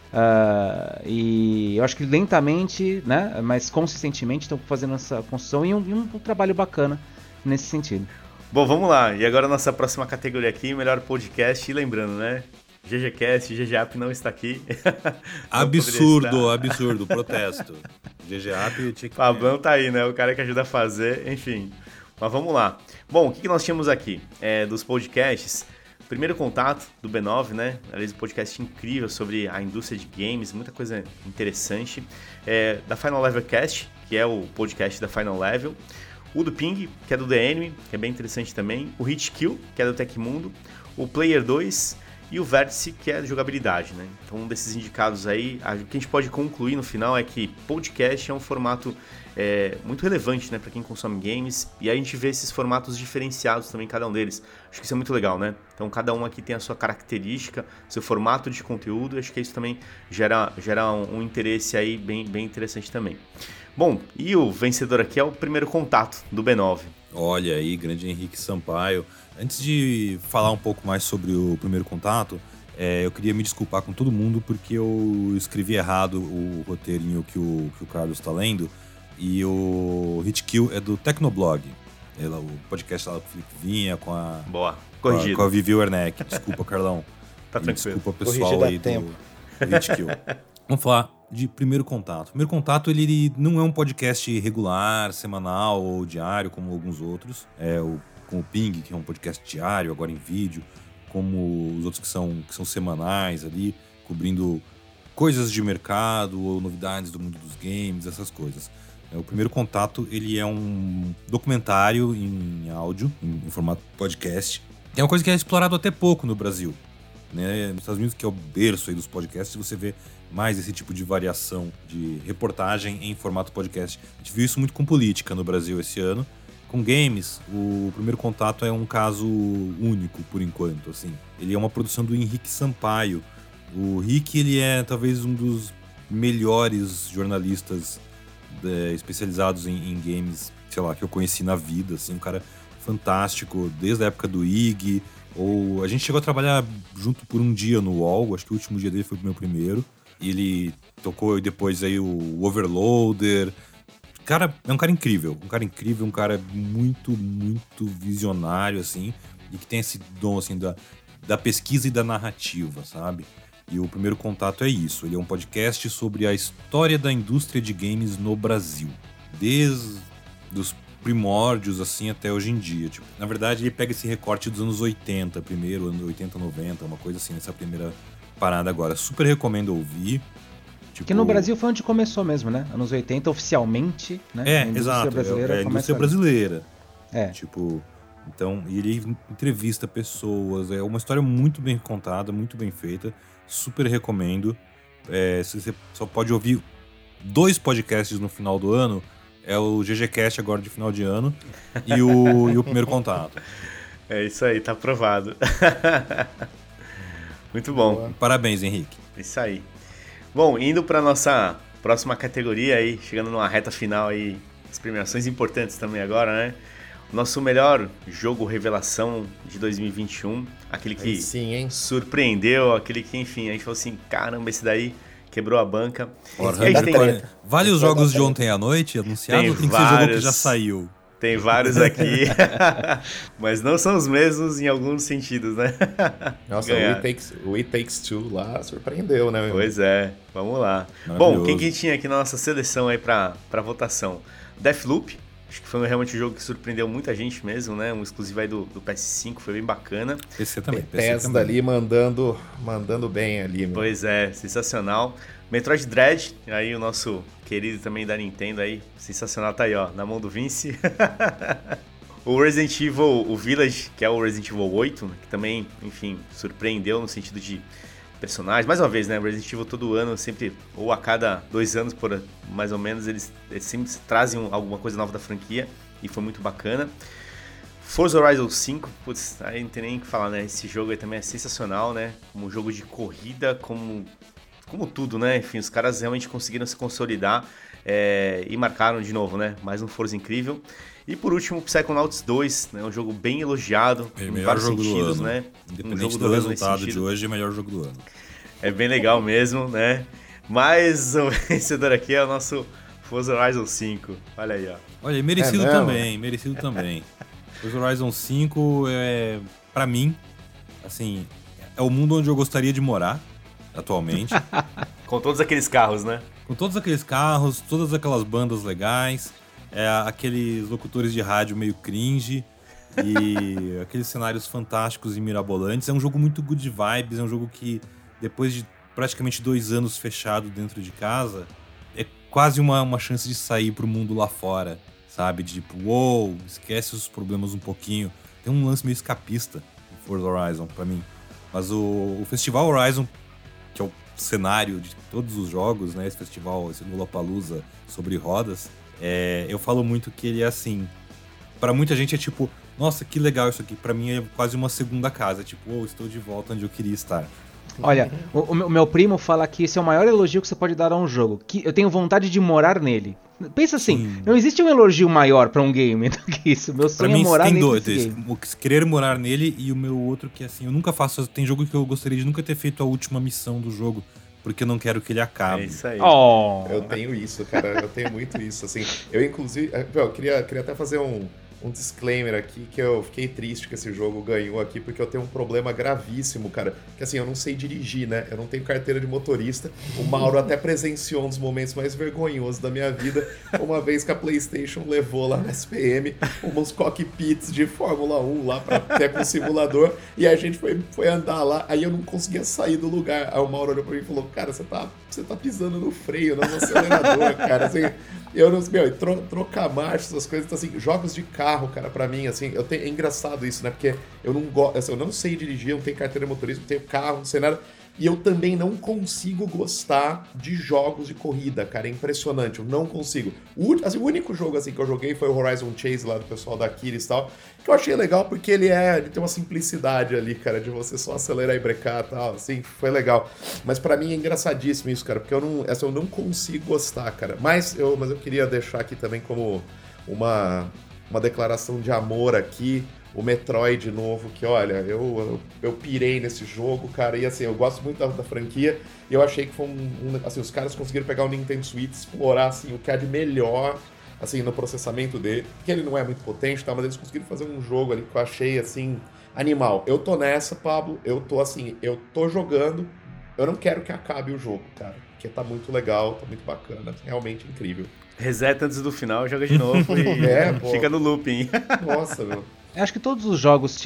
[SPEAKER 3] E eu acho que lentamente, né, mas consistentemente estão fazendo essa construção e um trabalho bacana nesse sentido.
[SPEAKER 1] Bom, vamos lá. E agora a nossa próxima categoria aqui, melhor podcast. E lembrando, né? GGCast, GGApp não está aqui.
[SPEAKER 5] Absurdo, protesto. GGApp tinha que...
[SPEAKER 1] Pablão tá aí, né? O cara que ajuda a fazer, enfim. Mas vamos lá. Bom, o que nós tínhamos aqui? Dos podcasts, primeiro contato do B9, né? Aliás, um podcast incrível sobre a indústria de games, muita coisa interessante. Da Final Level Cast, que é o podcast da Final Level. O do Ping, que é do The Enemy, que é bem interessante também. O Hit Kill, que é do Tecmundo. O Player 2 e o Vértice, que é de jogabilidade, né? Então, um desses indicados aí, o que a gente pode concluir no final é que podcast é um formato muito relevante, né, para quem consome games. E aí a gente vê esses formatos diferenciados também, cada um deles. Acho que isso é muito legal, né? Então, cada um aqui tem a sua característica, seu formato de conteúdo. E acho que isso também gera um interesse aí bem interessante também. Bom, e o vencedor aqui é o primeiro contato do B9.
[SPEAKER 5] Olha aí, grande Henrique Sampaio. Antes de falar um pouco mais sobre o primeiro contato, eu queria me desculpar com todo mundo porque eu escrevi errado o roteirinho que o Carlos está lendo. E o Hit Kill é do Tecnoblog. O podcast lá do Felipe Vinha com a...
[SPEAKER 1] Boa, corrigido.
[SPEAKER 5] Com a Vivi Werneck. Desculpa, Carlão.
[SPEAKER 1] Tá tranquilo.
[SPEAKER 5] Desculpa, pessoal aí do Hit Kill. Vamos falar de Primeiro Contato. Primeiro Contato, ele não é um podcast regular, semanal ou diário, como alguns outros. Com o Ping, que é um podcast diário, agora em vídeo. Como os outros que são semanais ali, cobrindo coisas de mercado ou novidades do mundo dos games, essas coisas. O Primeiro Contato, ele é um documentário em áudio, em formato podcast, É uma coisa que é explorado até pouco no Brasil, né? Nos Estados Unidos, que é o berço aí dos podcasts, você vê mais esse tipo de variação de reportagem em formato podcast. A gente viu isso muito com política no Brasil esse ano. Com games, o Primeiro Contato é um caso único, por enquanto, assim. Ele é uma produção do Henrique Sampaio. O Rick, ele é talvez um dos melhores jornalistas especializados em games, sei lá, que eu conheci na vida, assim. Um cara fantástico, desde a época do IG. Ou a gente chegou a trabalhar junto por um dia no UOL, acho que o último dia dele foi o meu primeiro. E ele tocou depois aí o Overloader. Cara, é um cara incrível, um cara muito, muito visionário, assim, e que tem esse dom, assim, da pesquisa e da narrativa, sabe? E o Primeiro Contato é isso, ele é um podcast sobre a história da indústria de games no Brasil, desde os primórdios, assim, até hoje em dia. Tipo, na verdade, ele pega esse recorte dos anos 80 primeiro, anos 80, 90, uma coisa assim, essa primeira parada agora. Super recomendo ouvir.
[SPEAKER 3] Porque no Brasil foi onde começou mesmo, né? Anos 80, oficialmente, né?
[SPEAKER 5] É,
[SPEAKER 3] a indústria
[SPEAKER 5] exato.
[SPEAKER 3] brasileira
[SPEAKER 5] a indústria
[SPEAKER 3] ali.
[SPEAKER 5] brasileira.
[SPEAKER 3] É.
[SPEAKER 5] Tipo, então, ele entrevista pessoas. É uma história muito bem contada, muito bem feita. Super recomendo. Você só pode ouvir 2 podcasts no final do ano. É o GGCast agora de final de ano e o Primeiro Contato.
[SPEAKER 1] É isso aí, tá aprovado. Muito bom.
[SPEAKER 5] Parabéns, Henrique.
[SPEAKER 1] Isso aí. Bom, indo para nossa próxima categoria aí, chegando numa reta final aí, as premiações importantes também agora, né? O nosso melhor jogo revelação de 2021, aquele que
[SPEAKER 2] Sim, hein?
[SPEAKER 1] surpreendeu, aquele que, enfim, a gente falou assim, caramba, esse daí quebrou a banca.
[SPEAKER 5] Ora,
[SPEAKER 1] E a gente tem,
[SPEAKER 5] vale os jogos de ontem à noite anunciados ou tem que ser jogo que já saiu?
[SPEAKER 1] Tem vários aqui, mas não são os mesmos em alguns sentidos, né?
[SPEAKER 2] Nossa, o It Takes Two lá surpreendeu, né?
[SPEAKER 1] Pois é, vamos lá. Bom, quem que tinha aqui na nossa seleção aí pra votação? Deathloop, acho que foi realmente um jogo que surpreendeu muita gente mesmo, né? Um exclusivo aí do PS5, foi bem bacana.
[SPEAKER 5] PC também.
[SPEAKER 2] Bethesda ali mandando bem ali, meu.
[SPEAKER 1] Pois é, sensacional. Metroid Dread, aí o nosso querido também da Nintendo aí, sensacional, tá aí ó, na mão do Vince. O Resident Evil, o Village, que é o Resident Evil 8, que também, enfim, surpreendeu no sentido de personagens. Mais uma vez, né, o Resident Evil todo ano, sempre, ou a cada 2 anos, por mais ou menos, eles sempre trazem alguma coisa nova da franquia, e foi muito bacana. Forza Horizon 5, putz, aí não tem nem o que falar, né, esse jogo aí também é sensacional, né, como jogo de corrida, como tudo, né? Enfim, os caras realmente conseguiram se consolidar e marcaram de novo, né? Mais um Forza incrível. E por último, Psychonauts 2, né? Um jogo bem elogiado, em vários sentidos, né?
[SPEAKER 5] Independente do resultado de hoje, é o melhor jogo do ano.
[SPEAKER 1] É bem legal mesmo, né? Mas o vencedor aqui é o nosso Forza Horizon 5. Olha aí, ó.
[SPEAKER 5] Olha, merecido também. Forza Horizon 5 pra mim, assim, é o mundo onde eu gostaria de morar. Atualmente.
[SPEAKER 1] Com todos aqueles carros, né?
[SPEAKER 5] Com todos aqueles carros, todas aquelas bandas legais, aqueles locutores de rádio meio cringe e aqueles cenários fantásticos e mirabolantes. É um jogo muito good vibes, é um jogo que, depois de praticamente 2 anos fechado dentro de casa, é quase uma chance de sair pro mundo lá fora, sabe? De tipo, uou, esquece os problemas um pouquinho. Tem um lance meio escapista no Forza Horizon pra mim. Mas o Festival Horizon, que é o cenário de todos os jogos, né? Esse festival, esse Lollapalooza sobre rodas, eu falo muito que ele é assim, pra muita gente é tipo, nossa, que legal isso aqui. Pra mim é quase uma segunda casa, tipo, estou de volta onde eu queria estar.
[SPEAKER 3] Olha, o meu primo fala que esse é o maior elogio que você pode dar a um jogo, que eu tenho vontade de morar nele. Pensa assim, não existe um elogio maior pra um game do que isso. Meu sonho é morar nesse game.
[SPEAKER 5] O querer morar nele e o meu outro que assim, eu nunca faço, tem jogo que eu gostaria de nunca ter feito a última missão do jogo, porque eu não quero que ele acabe.
[SPEAKER 1] É isso aí.
[SPEAKER 3] Oh.
[SPEAKER 2] Eu tenho isso, cara, eu tenho muito isso, assim. Eu, inclusive, eu queria até fazer um disclaimer aqui, que eu fiquei triste que esse jogo ganhou aqui, porque eu tenho um problema gravíssimo, cara, que assim, eu não sei dirigir, né, eu não tenho carteira de motorista. O Mauro até presenciou um dos momentos mais vergonhosos da minha vida, uma vez que a PlayStation levou lá na SPM uns cockpits de Fórmula 1 lá pra ter com o simulador, e a gente foi andar lá, aí eu não conseguia sair do lugar. Aí o Mauro olhou pra mim e falou, cara, você tá pisando no freio, não no acelerador, cara, assim. Eu não sei, trocar marcha, essas coisas, então, assim, jogos de carro, cara, pra mim, assim, é engraçado isso, né? Porque eu não gosto, assim, eu não sei dirigir, eu não tenho carteira de motorista, não tenho carro, não sei nada. E eu também não consigo gostar de jogos de corrida, cara. É impressionante, eu não consigo. O único jogo assim, que eu joguei foi o Horizon Chase lá do pessoal da Aquiles e tal. Que eu achei legal porque ele tem uma simplicidade ali, cara, de você só acelerar e brecar e tal. Assim, foi legal. Mas pra mim é engraçadíssimo isso, cara, porque eu não consigo gostar, cara. Mas eu queria deixar aqui também como uma declaração de amor aqui. O Metroid novo, que olha, eu pirei nesse jogo, cara, e assim, eu gosto muito da franquia, e eu achei que foi assim, os caras conseguiram pegar o Nintendo Switch, explorar, assim, o que há de melhor, assim, no processamento dele, que ele não é muito potente, tá, mas eles conseguiram fazer um jogo ali que eu achei, assim, animal. Eu tô nessa, Pablo, eu tô jogando, eu não quero que acabe o jogo, cara, porque tá muito legal, tá muito bacana, realmente incrível.
[SPEAKER 1] Reseta antes do final, joga de novo e fica no looping.
[SPEAKER 2] Nossa, meu.
[SPEAKER 3] Eu acho que todos os jogos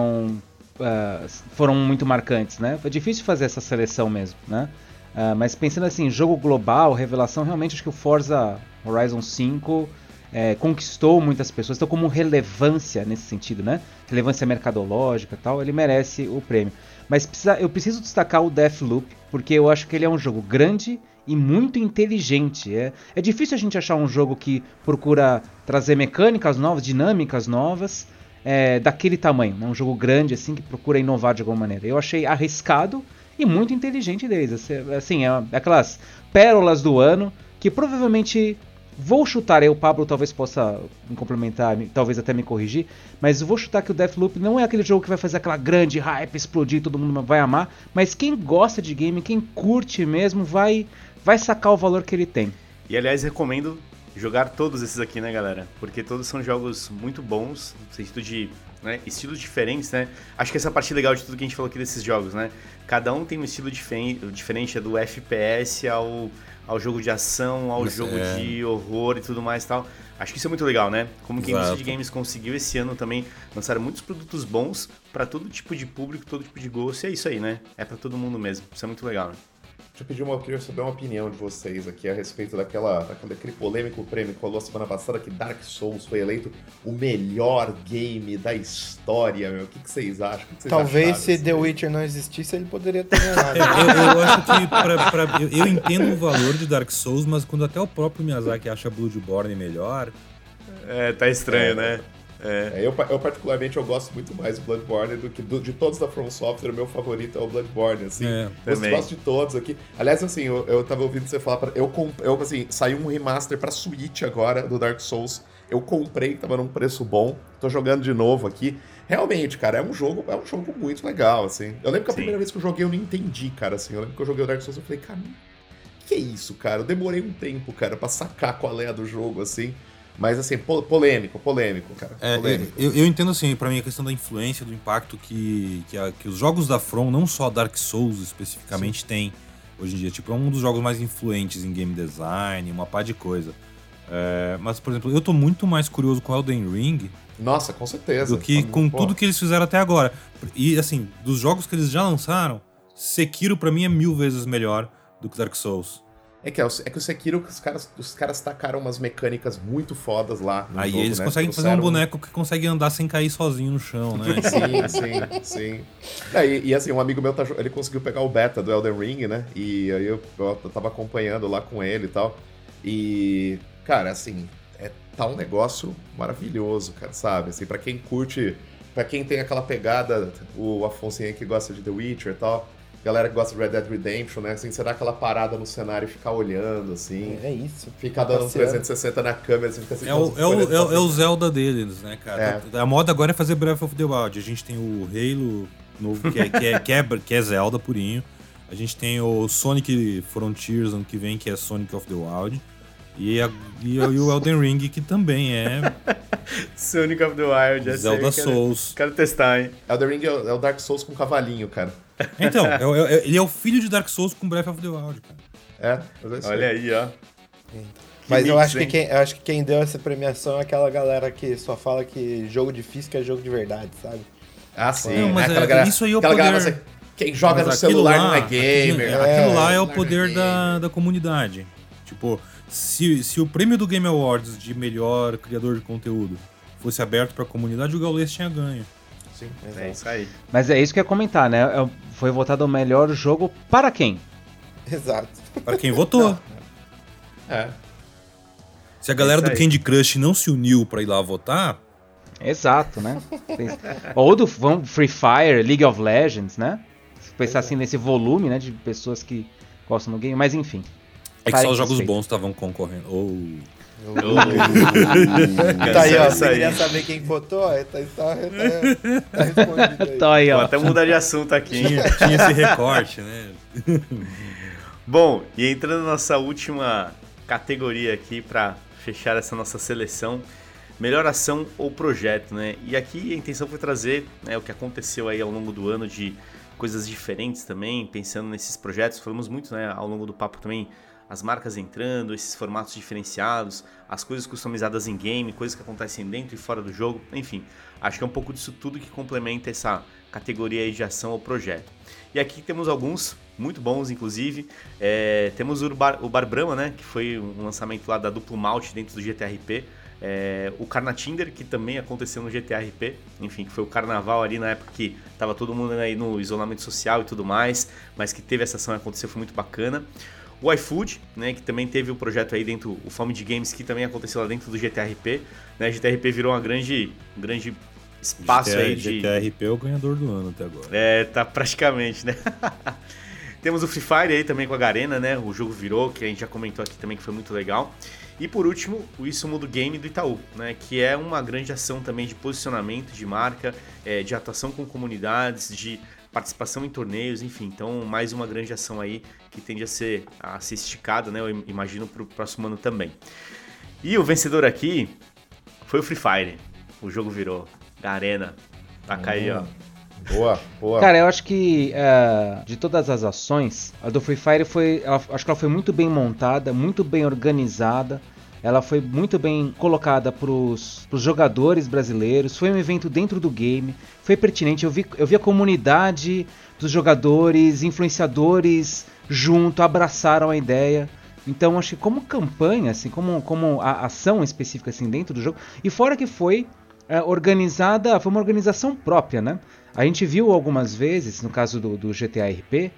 [SPEAKER 3] foram muito marcantes, né? Foi difícil fazer essa seleção mesmo, né? Mas pensando assim, jogo global, revelação, realmente acho que o Forza Horizon 5 conquistou muitas pessoas, então como relevância nesse sentido, né? Relevância mercadológica e tal, ele merece o prêmio. Mas eu preciso destacar o Deathloop, porque eu acho que ele é um jogo grande e muito inteligente. É difícil a gente achar um jogo que procura trazer mecânicas novas, dinâmicas novas, daquele tamanho, né? Um jogo grande assim que procura inovar de alguma maneira. Eu achei arriscado e muito inteligente deles. Assim, aquelas pérolas do ano que provavelmente vou chutar, o Pablo talvez possa me complementar, talvez até me corrigir, mas vou chutar que o Deathloop não é aquele jogo que vai fazer aquela grande hype, explodir, todo mundo vai amar, mas quem gosta de game, quem curte mesmo, vai sacar o valor que ele tem.
[SPEAKER 1] E aliás, recomendo jogar todos esses aqui, né, galera? Porque todos são jogos muito bons, no sentido de estilos diferentes, né? Acho que essa é a parte legal de tudo que a gente falou aqui desses jogos, né? Cada um tem um estilo diferente, do FPS ao jogo de ação, ao jogo de horror e tudo mais e tal. Acho que isso é muito legal, né? Como que a indústria de games conseguiu esse ano também lançar muitos produtos bons pra todo tipo de público, todo tipo de gosto, e é isso aí, né? É pra todo mundo mesmo. Isso é muito legal, né?
[SPEAKER 2] Eu queria saber uma opinião de vocês aqui a respeito daquele polêmico prêmio que rolou semana passada, que Dark Souls foi eleito o melhor game da história, meu. O que vocês acham?
[SPEAKER 4] Talvez se The Witcher não existisse, ele poderia ter ganhado.
[SPEAKER 5] Eu acho que eu entendo o valor de Dark Souls, mas quando até o próprio Miyazaki acha Bloodborne melhor...
[SPEAKER 1] Tá estranho, né?
[SPEAKER 2] Eu particularmente eu gosto muito mais do Bloodborne do que de todos da From Software. O meu favorito é o Bloodborne, assim. Eu gosto de todos aqui. Aliás, assim, eu tava ouvindo você falar, assim, saiu um remaster pra Switch agora do Dark Souls. Eu comprei, tava num preço bom. Tô jogando de novo aqui. Realmente, cara, é um jogo muito legal, assim. Eu lembro que a primeira vez que eu joguei eu não entendi, cara, assim. Eu lembro que eu joguei o Dark Souls e falei, cara, que é isso, cara? Eu demorei um tempo, cara, pra sacar qual é a do jogo, assim. Mas, assim, polêmico, cara. Polêmico.
[SPEAKER 5] Eu entendo, assim, pra mim a questão da influência, do impacto que os jogos da From, não só Dark Souls especificamente, têm hoje em dia. Tipo, é um dos jogos mais influentes em game design, uma pá de coisa. Mas, por exemplo, eu tô muito mais curioso com Elden Ring.
[SPEAKER 2] Nossa, com certeza.
[SPEAKER 5] Do que com tudo que eles fizeram até agora. E, assim, dos jogos que eles já lançaram, Sekiro pra mim é 1000 vezes melhor do que Dark Souls.
[SPEAKER 2] É que o Sekiro, os caras tacaram umas mecânicas muito fodas lá no
[SPEAKER 5] aí
[SPEAKER 2] jogo,
[SPEAKER 5] eles
[SPEAKER 2] né?
[SPEAKER 5] conseguem fazer um boneco que consegue andar sem cair sozinho no chão, né?
[SPEAKER 2] Sim. E assim, um amigo meu, ele conseguiu pegar o beta do Elden Ring, né? E aí eu tava acompanhando lá com ele e tal. E, cara, assim, tá um negócio maravilhoso, cara, sabe? Assim, pra quem curte, pra quem tem aquela pegada, o Afonso aí que gosta de The Witcher e tal... Galera que gosta de Red Dead Redemption, né? Assim, você dá aquela parada no cenário e ficar olhando, assim.
[SPEAKER 4] É isso.
[SPEAKER 2] Ficar dando 360 na câmera, assim, fica assim...
[SPEAKER 5] É o Zelda deles, né, cara? A moda agora é fazer Breath of the Wild. A gente tem o Halo novo, que é Zelda purinho. A gente tem o Sonic Frontiers ano que vem, que é Sonic of the Wild. E o Elden Ring, que também é...
[SPEAKER 1] Sonic of the Wild.
[SPEAKER 5] Zelda Souls.
[SPEAKER 1] Quero testar, hein?
[SPEAKER 2] Elden Ring é o Dark Souls com cavalinho, cara.
[SPEAKER 5] Então, ele é o filho de Dark Souls com Breath of the Wild, cara.
[SPEAKER 1] Olha aí, ó.
[SPEAKER 4] Mas eu acho que quem deu essa premiação é aquela galera que só fala que jogo de física é jogo de verdade, sabe?
[SPEAKER 2] Ah, sim.
[SPEAKER 5] Não, mas isso aí é o
[SPEAKER 2] poder...
[SPEAKER 5] Galera,
[SPEAKER 2] quem joga no celular não é gamer.
[SPEAKER 5] Aquilo lá é o poder da comunidade. Tipo, Se o prêmio do Game Awards de melhor criador de conteúdo fosse aberto pra comunidade, o Gaules tinha ganho.
[SPEAKER 2] Sim,
[SPEAKER 1] É isso aí.
[SPEAKER 3] Mas é isso que eu ia comentar, né? Foi votado o melhor jogo para quem?
[SPEAKER 4] Exato.
[SPEAKER 5] Para quem votou.
[SPEAKER 2] É.
[SPEAKER 5] Se a galera
[SPEAKER 1] isso
[SPEAKER 5] do
[SPEAKER 1] aí.
[SPEAKER 5] Candy Crush não se uniu pra ir lá votar,
[SPEAKER 3] Exato, né? Ou do Free Fire, League of Legends, né? Se pensar assim nesse volume, né, de pessoas que gostam do game, mas enfim.
[SPEAKER 5] é que só os
[SPEAKER 3] Parênteses
[SPEAKER 5] jogos
[SPEAKER 3] feito.
[SPEAKER 5] bons estavam concorrendo.
[SPEAKER 4] Tá aí, ó.
[SPEAKER 1] Isso
[SPEAKER 4] Você
[SPEAKER 1] aí.
[SPEAKER 4] queria saber quem votou? Aí tá respondido aí.
[SPEAKER 3] Tá aí,
[SPEAKER 1] Vou
[SPEAKER 3] ó.
[SPEAKER 1] até mudar de assunto aqui.
[SPEAKER 5] Tinha esse recorte, né?
[SPEAKER 1] Bom, e entrando na nossa última categoria aqui para fechar essa nossa seleção, melhor ação ou projeto, né? E aqui a intenção foi trazer, né, o que aconteceu aí ao longo do ano de coisas diferentes também, pensando nesses projetos. Falamos muito, né, ao longo do papo também, as marcas entrando, esses formatos diferenciados, as coisas customizadas em game, coisas que acontecem dentro e fora do jogo, enfim. Acho que é um pouco disso tudo que complementa essa categoria aí de ação ou projeto. E aqui temos alguns muito bons, inclusive. Temos o Bar Brahma, né, que foi um lançamento lá da Duplo Malte dentro do GTRP. O Carnatinder, que também aconteceu no GTRP, enfim, que foi o carnaval ali na época que tava todo mundo aí no isolamento social e tudo mais, mas que teve essa ação e aconteceu, foi muito bacana. O iFood, né, que também teve o projeto aí dentro, o Fome de Games, que também aconteceu lá dentro do GTRP, né, o GTRP virou um grande espaço aí de...
[SPEAKER 5] GTRP é o ganhador do ano até agora.
[SPEAKER 1] Tá praticamente, né? Temos o Free Fire aí também com a Garena, né, o jogo virou, que a gente já comentou aqui também, que foi muito legal. E por último, o Isso Muda o Game do Itaú, né, que é uma grande ação também de posicionamento de marca, de atuação com comunidades, de participação em torneios, enfim. Então, mais uma grande ação aí que tende a ser esticada, né, eu imagino, para o próximo ano também. E o vencedor aqui foi o Free Fire. O jogo virou. Garena. Taca aí, ó.
[SPEAKER 2] Boa.
[SPEAKER 3] Cara, eu acho que de todas as ações, a do Free Fire acho que ela foi muito bem montada, muito bem organizada. Ela foi muito bem colocada pros jogadores brasileiros. Foi um evento dentro do game, foi pertinente. Eu vi a comunidade dos jogadores, influenciadores junto, abraçaram a ideia. Então acho que como campanha, assim, como a ação específica assim dentro do jogo, e fora que foi organizada, foi uma organização própria, né? A gente viu algumas vezes, no caso do GTA RP,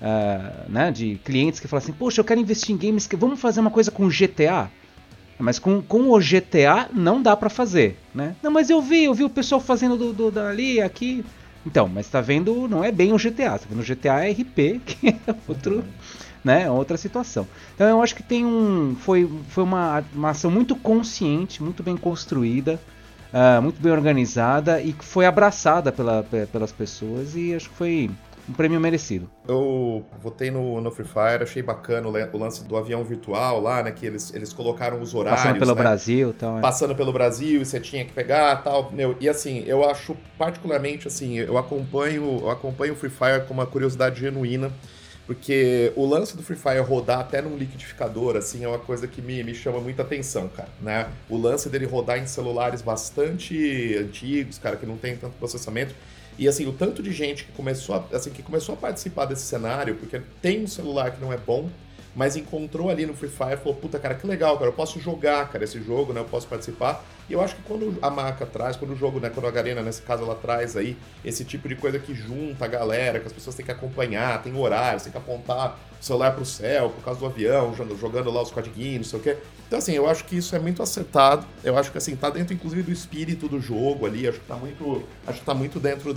[SPEAKER 3] né, de clientes que falam assim, poxa, eu quero investir em games, vamos fazer uma coisa com o GTA? Mas com o GTA não dá pra fazer, né? Não, mas eu vi o pessoal fazendo dali, aqui. Então, mas tá vendo, não é bem o GTA, tá vendo o GTA RP, que é outro, né, outra situação. Então eu acho que foi uma ação muito consciente, muito bem construída, muito bem organizada e que foi abraçada pelas pessoas, e acho que foi um prêmio merecido.
[SPEAKER 2] Eu votei no Free Fire, achei bacana o lance do avião virtual lá, né? Que eles colocaram os horários.
[SPEAKER 3] Passando pelo
[SPEAKER 2] né?
[SPEAKER 3] Brasil e tal.
[SPEAKER 2] Passando pelo Brasil e você tinha que pegar tal. E assim, eu acho particularmente assim, eu acompanho o Free Fire com uma curiosidade genuína. Porque o lance do Free Fire rodar até num liquidificador, assim, é uma coisa que me chama muita atenção, cara, né? O lance dele rodar em celulares bastante antigos, cara, que não tem tanto processamento. E, assim, o tanto de gente que começou a participar desse cenário, porque tem um celular que não é bom, mas encontrou ali no Free Fire e falou, puta, cara, que legal, cara, eu posso jogar, cara, esse jogo, né, eu posso participar. E eu acho que quando a marca traz, quando o jogo, né, quando a Garena, nesse caso, ela traz aí esse tipo de coisa que junta a galera, que as pessoas têm que acompanhar, tem horários, tem que apontar o celular pro céu, por causa do avião, jogando lá os codiguinhos, não sei o quê. Então, assim, eu acho que isso é muito acertado, eu acho que, assim, tá dentro, inclusive, do espírito do jogo ali, acho que tá muito dentro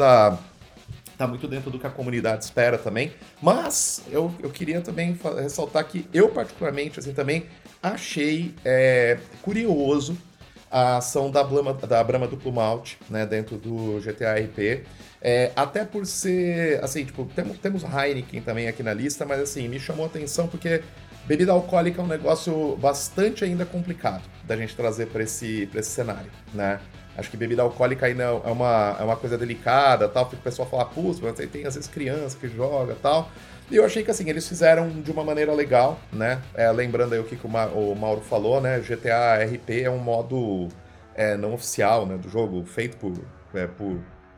[SPEAKER 2] do que a comunidade espera também, mas eu queria também ressaltar que eu particularmente assim, também achei curioso a ação da Brahma Duplo Malte, né, dentro do GTA RP, até por ser, assim, tipo, temos Heineken também aqui na lista, mas assim, me chamou a atenção porque bebida alcoólica é um negócio bastante ainda complicado da gente trazer para esse cenário, né? Acho que bebida alcoólica ainda é uma coisa delicada, tal, porque o pessoal fala, putz, mas tem às vezes criança que joga, tal. E eu achei que, assim, eles fizeram de uma maneira legal, né? Lembrando aí o que o Mauro falou, né? GTA RP é um modo não oficial, né, do jogo, feito por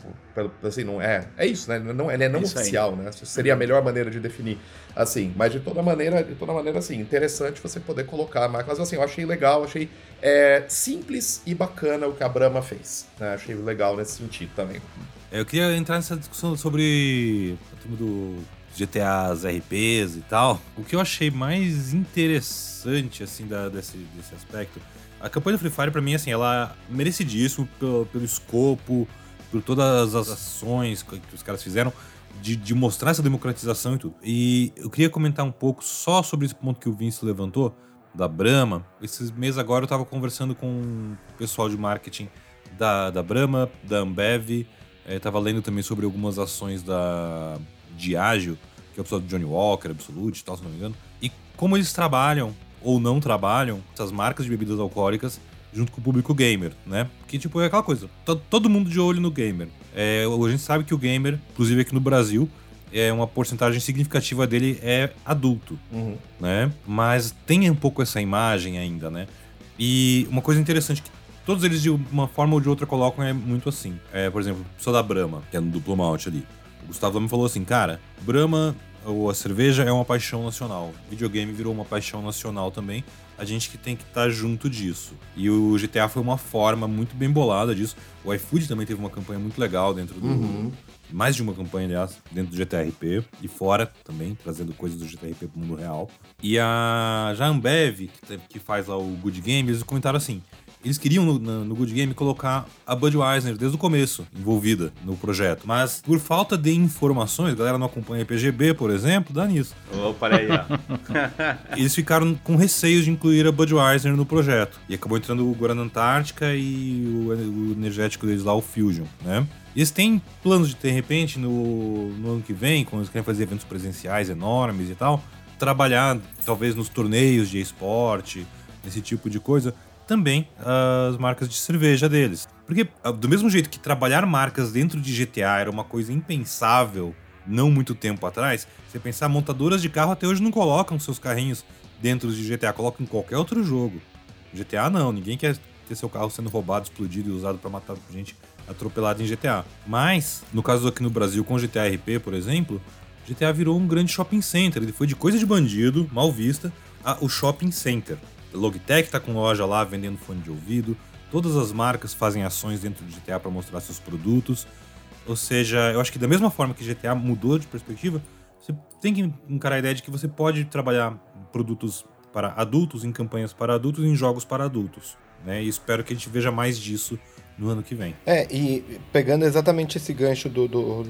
[SPEAKER 2] assim, não é isso, né? Não, ele é não
[SPEAKER 1] Isso
[SPEAKER 2] oficial, né? Seria a melhor maneira de definir, assim. Mas de toda maneira, assim, interessante você poder colocar marcas. Mas assim, eu achei legal, achei simples e bacana o que a Brahma fez, né? Achei legal nesse sentido também.
[SPEAKER 5] Eu queria entrar nessa discussão sobre o tema do GTAs, RPs e tal. O que eu achei mais interessante, assim, desse aspecto, a campanha do Free Fire, pra mim, assim, ela é merecidíssimo pelo escopo, por todas as ações que os caras fizeram, de mostrar essa democratização e tudo. E eu queria comentar um pouco só sobre esse ponto que o Vince levantou, da Brahma. Esses meses agora eu tava conversando com o pessoal de marketing da Brahma, da Ambev, tava lendo também sobre algumas ações da Diageo, que é o pessoal do Johnny Walker, Absolute e tal, se não me engano, e como eles trabalham ou não trabalham essas marcas de bebidas alcoólicas junto com o público gamer, né? Que, tipo, é aquela coisa, todo mundo de olho no gamer. A gente sabe que o gamer, inclusive aqui no Brasil, uma porcentagem significativa dele é adulto, né? Mas tem um pouco essa imagem ainda, né? E uma coisa interessante que todos eles, de uma forma ou de outra, colocam é muito assim. Por exemplo, o pessoal da Brahma, que é no duplo malte ali. O Gustavo me falou assim, cara, Brahma, ou a cerveja, é uma paixão nacional. Videogame virou uma paixão nacional também. A gente que tem que estar junto disso. E o GTA foi uma forma muito bem bolada disso. O iFood também teve uma campanha muito legal dentro do... Mais de uma campanha, aliás, dentro do GTRP. E fora também, trazendo coisas do GTRP pro mundo real. E a Ambev, que faz lá o Good Game, eles comentaram assim... Eles queriam, no Good Game, colocar a Budweiser desde o começo, envolvida no projeto. Mas, por falta de informações, a galera não acompanha a PGB, por exemplo, dá nisso.
[SPEAKER 1] Opa, olha aí, ó.
[SPEAKER 5] Eles ficaram com receios de incluir a Budweiser no projeto. E acabou entrando o Guarana Antártica e o energético deles lá, o Fusion, né? Eles têm planos de repente, no ano que vem, quando eles querem fazer eventos presenciais enormes e tal, trabalhar, talvez, nos torneios de esporte, esse tipo de coisa, também as marcas de cerveja deles. Porque, do mesmo jeito que trabalhar marcas dentro de GTA era uma coisa impensável não muito tempo atrás, você pensar, montadoras de carro até hoje não colocam seus carrinhos dentro de GTA, colocam em qualquer outro jogo. GTA não, ninguém quer ter seu carro sendo roubado, explodido e usado pra matar gente atropelada em GTA. Mas, no caso aqui no Brasil, com o GTA RP, por exemplo, GTA virou um grande shopping center. Ele foi de coisa de bandido, mal vista, a o shopping center. A Logitech tá com loja lá vendendo fone de ouvido. Todas as marcas fazem ações dentro do GTA para mostrar seus produtos. Ou seja, eu acho que da mesma forma que GTA mudou de perspectiva, você tem que encarar a ideia de que você pode trabalhar produtos para adultos, em campanhas para adultos, em jogos para adultos, né? E espero que a gente veja mais disso no ano que vem.
[SPEAKER 4] E pegando exatamente esse gancho do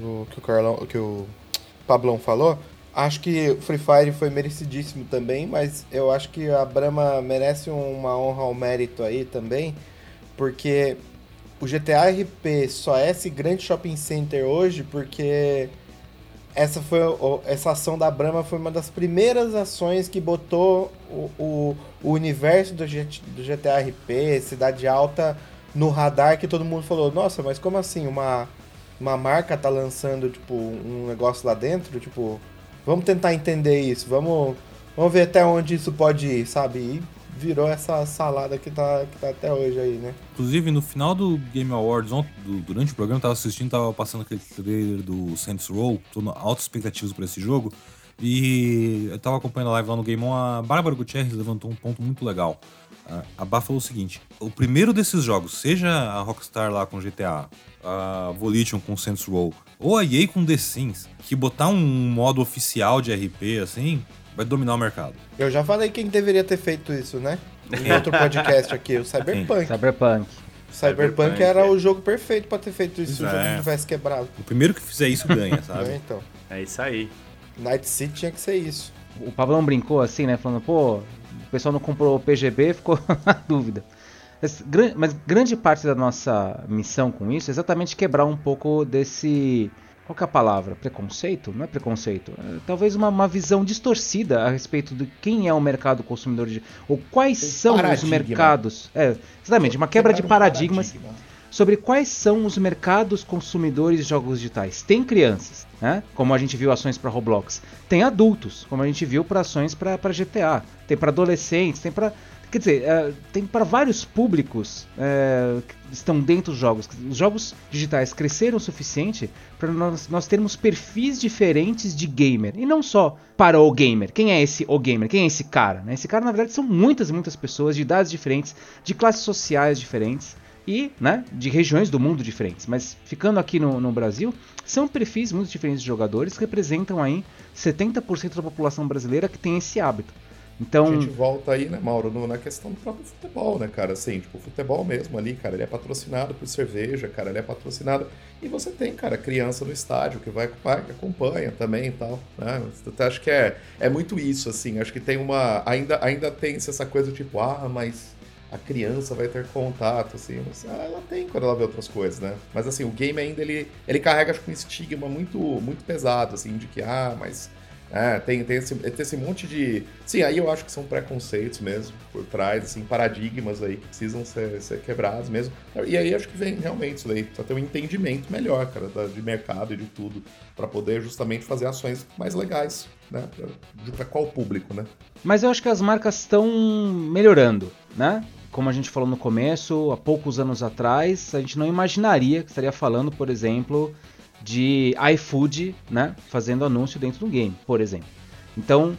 [SPEAKER 4] que o Pablão falou, acho que o Free Fire foi merecidíssimo também, mas eu acho que a Brahma merece uma honra ao mérito aí também, porque o GTA RP só é esse grande shopping center hoje porque essa ação da Brahma foi uma das primeiras ações que botou o universo do GTA RP, Cidade Alta, no radar, que todo mundo falou, nossa, mas como assim uma marca tá lançando tipo um negócio lá dentro, tipo... Vamos tentar entender isso, vamos ver até onde isso pode ir, sabe? E virou essa salada que tá até hoje aí, né?
[SPEAKER 5] Inclusive, no final do Game Awards, durante o programa, eu tava assistindo, tava passando aquele trailer do Saints Row, tô com altas expectativas pra esse jogo, e eu tava acompanhando a live lá no Game On, a Bárbara Gutierrez levantou um ponto muito legal. A Bá falou o seguinte, o primeiro desses jogos, seja a Rockstar lá com GTA, a Volition com Saints Row, ou a EA com The Sims, que botar um modo oficial de RP, assim, vai dominar o mercado.
[SPEAKER 4] Eu já falei quem deveria ter feito isso, né? Em outro podcast aqui, o Cyberpunk. Cyberpunk era o jogo perfeito pra ter feito isso se o jogo não tivesse quebrado.
[SPEAKER 5] O primeiro que fizer isso ganha, sabe?
[SPEAKER 4] Então.
[SPEAKER 1] É isso aí.
[SPEAKER 4] Night City tinha que ser isso.
[SPEAKER 3] O Pablão brincou assim, né? Falando, pô, o pessoal não comprou o PGB, ficou na dúvida. Mas grande parte da nossa missão com isso é exatamente quebrar um pouco desse... Qual que é a palavra? Preconceito? Não é preconceito. Talvez uma visão distorcida a respeito de quem é o mercado consumidor de... Ou quais são os mercados... Exatamente, uma quebra de paradigmas sobre quais são os mercados consumidores de jogos digitais. Tem crianças, né? Como a gente viu ações para Roblox. Tem adultos, como a gente viu para ações para GTA. Tem para adolescentes, tem para... quer dizer, tem para vários públicos que estão dentro dos jogos. Os jogos digitais cresceram o suficiente para nós termos perfis diferentes de gamer. E não só para o gamer. Quem é esse o gamer? Quem é esse cara? Né? Esse cara, na verdade, são muitas e muitas pessoas de idades diferentes, de classes sociais diferentes e, né, de regiões do mundo diferentes. Mas ficando aqui no Brasil, são perfis muito diferentes de jogadores que representam aí 70% da população brasileira que tem esse hábito. Então...
[SPEAKER 2] A gente volta aí, né, Mauro, na questão do próprio futebol, né, cara? Assim, tipo, o futebol mesmo ali, cara, ele é patrocinado por cerveja, cara, ele é patrocinado... E você tem, cara, criança no estádio que vai com o pai, que acompanha também e tal, né? Eu acho que é muito isso, assim, acho que tem uma... Ainda tem essa coisa tipo, mas a criança vai ter contato, assim, mas, ela tem quando ela vê outras coisas, né? Mas, assim, o game ainda, ele carrega, acho que um estigma muito, muito pesado, assim, de que, mas... tem esse monte de... Sim, aí eu acho que são preconceitos mesmo, por trás, assim, paradigmas aí que precisam ser quebrados mesmo. E aí acho que vem realmente isso daí, precisa ter um entendimento melhor, cara, de mercado e de tudo, para poder justamente fazer ações mais legais, né? Para qual público, né?
[SPEAKER 3] Mas eu acho que as marcas estão melhorando, né? Como a gente falou no começo, há poucos anos atrás, a gente não imaginaria que estaria falando, por exemplo... de iFood, né, fazendo anúncio dentro do game, por exemplo. Então,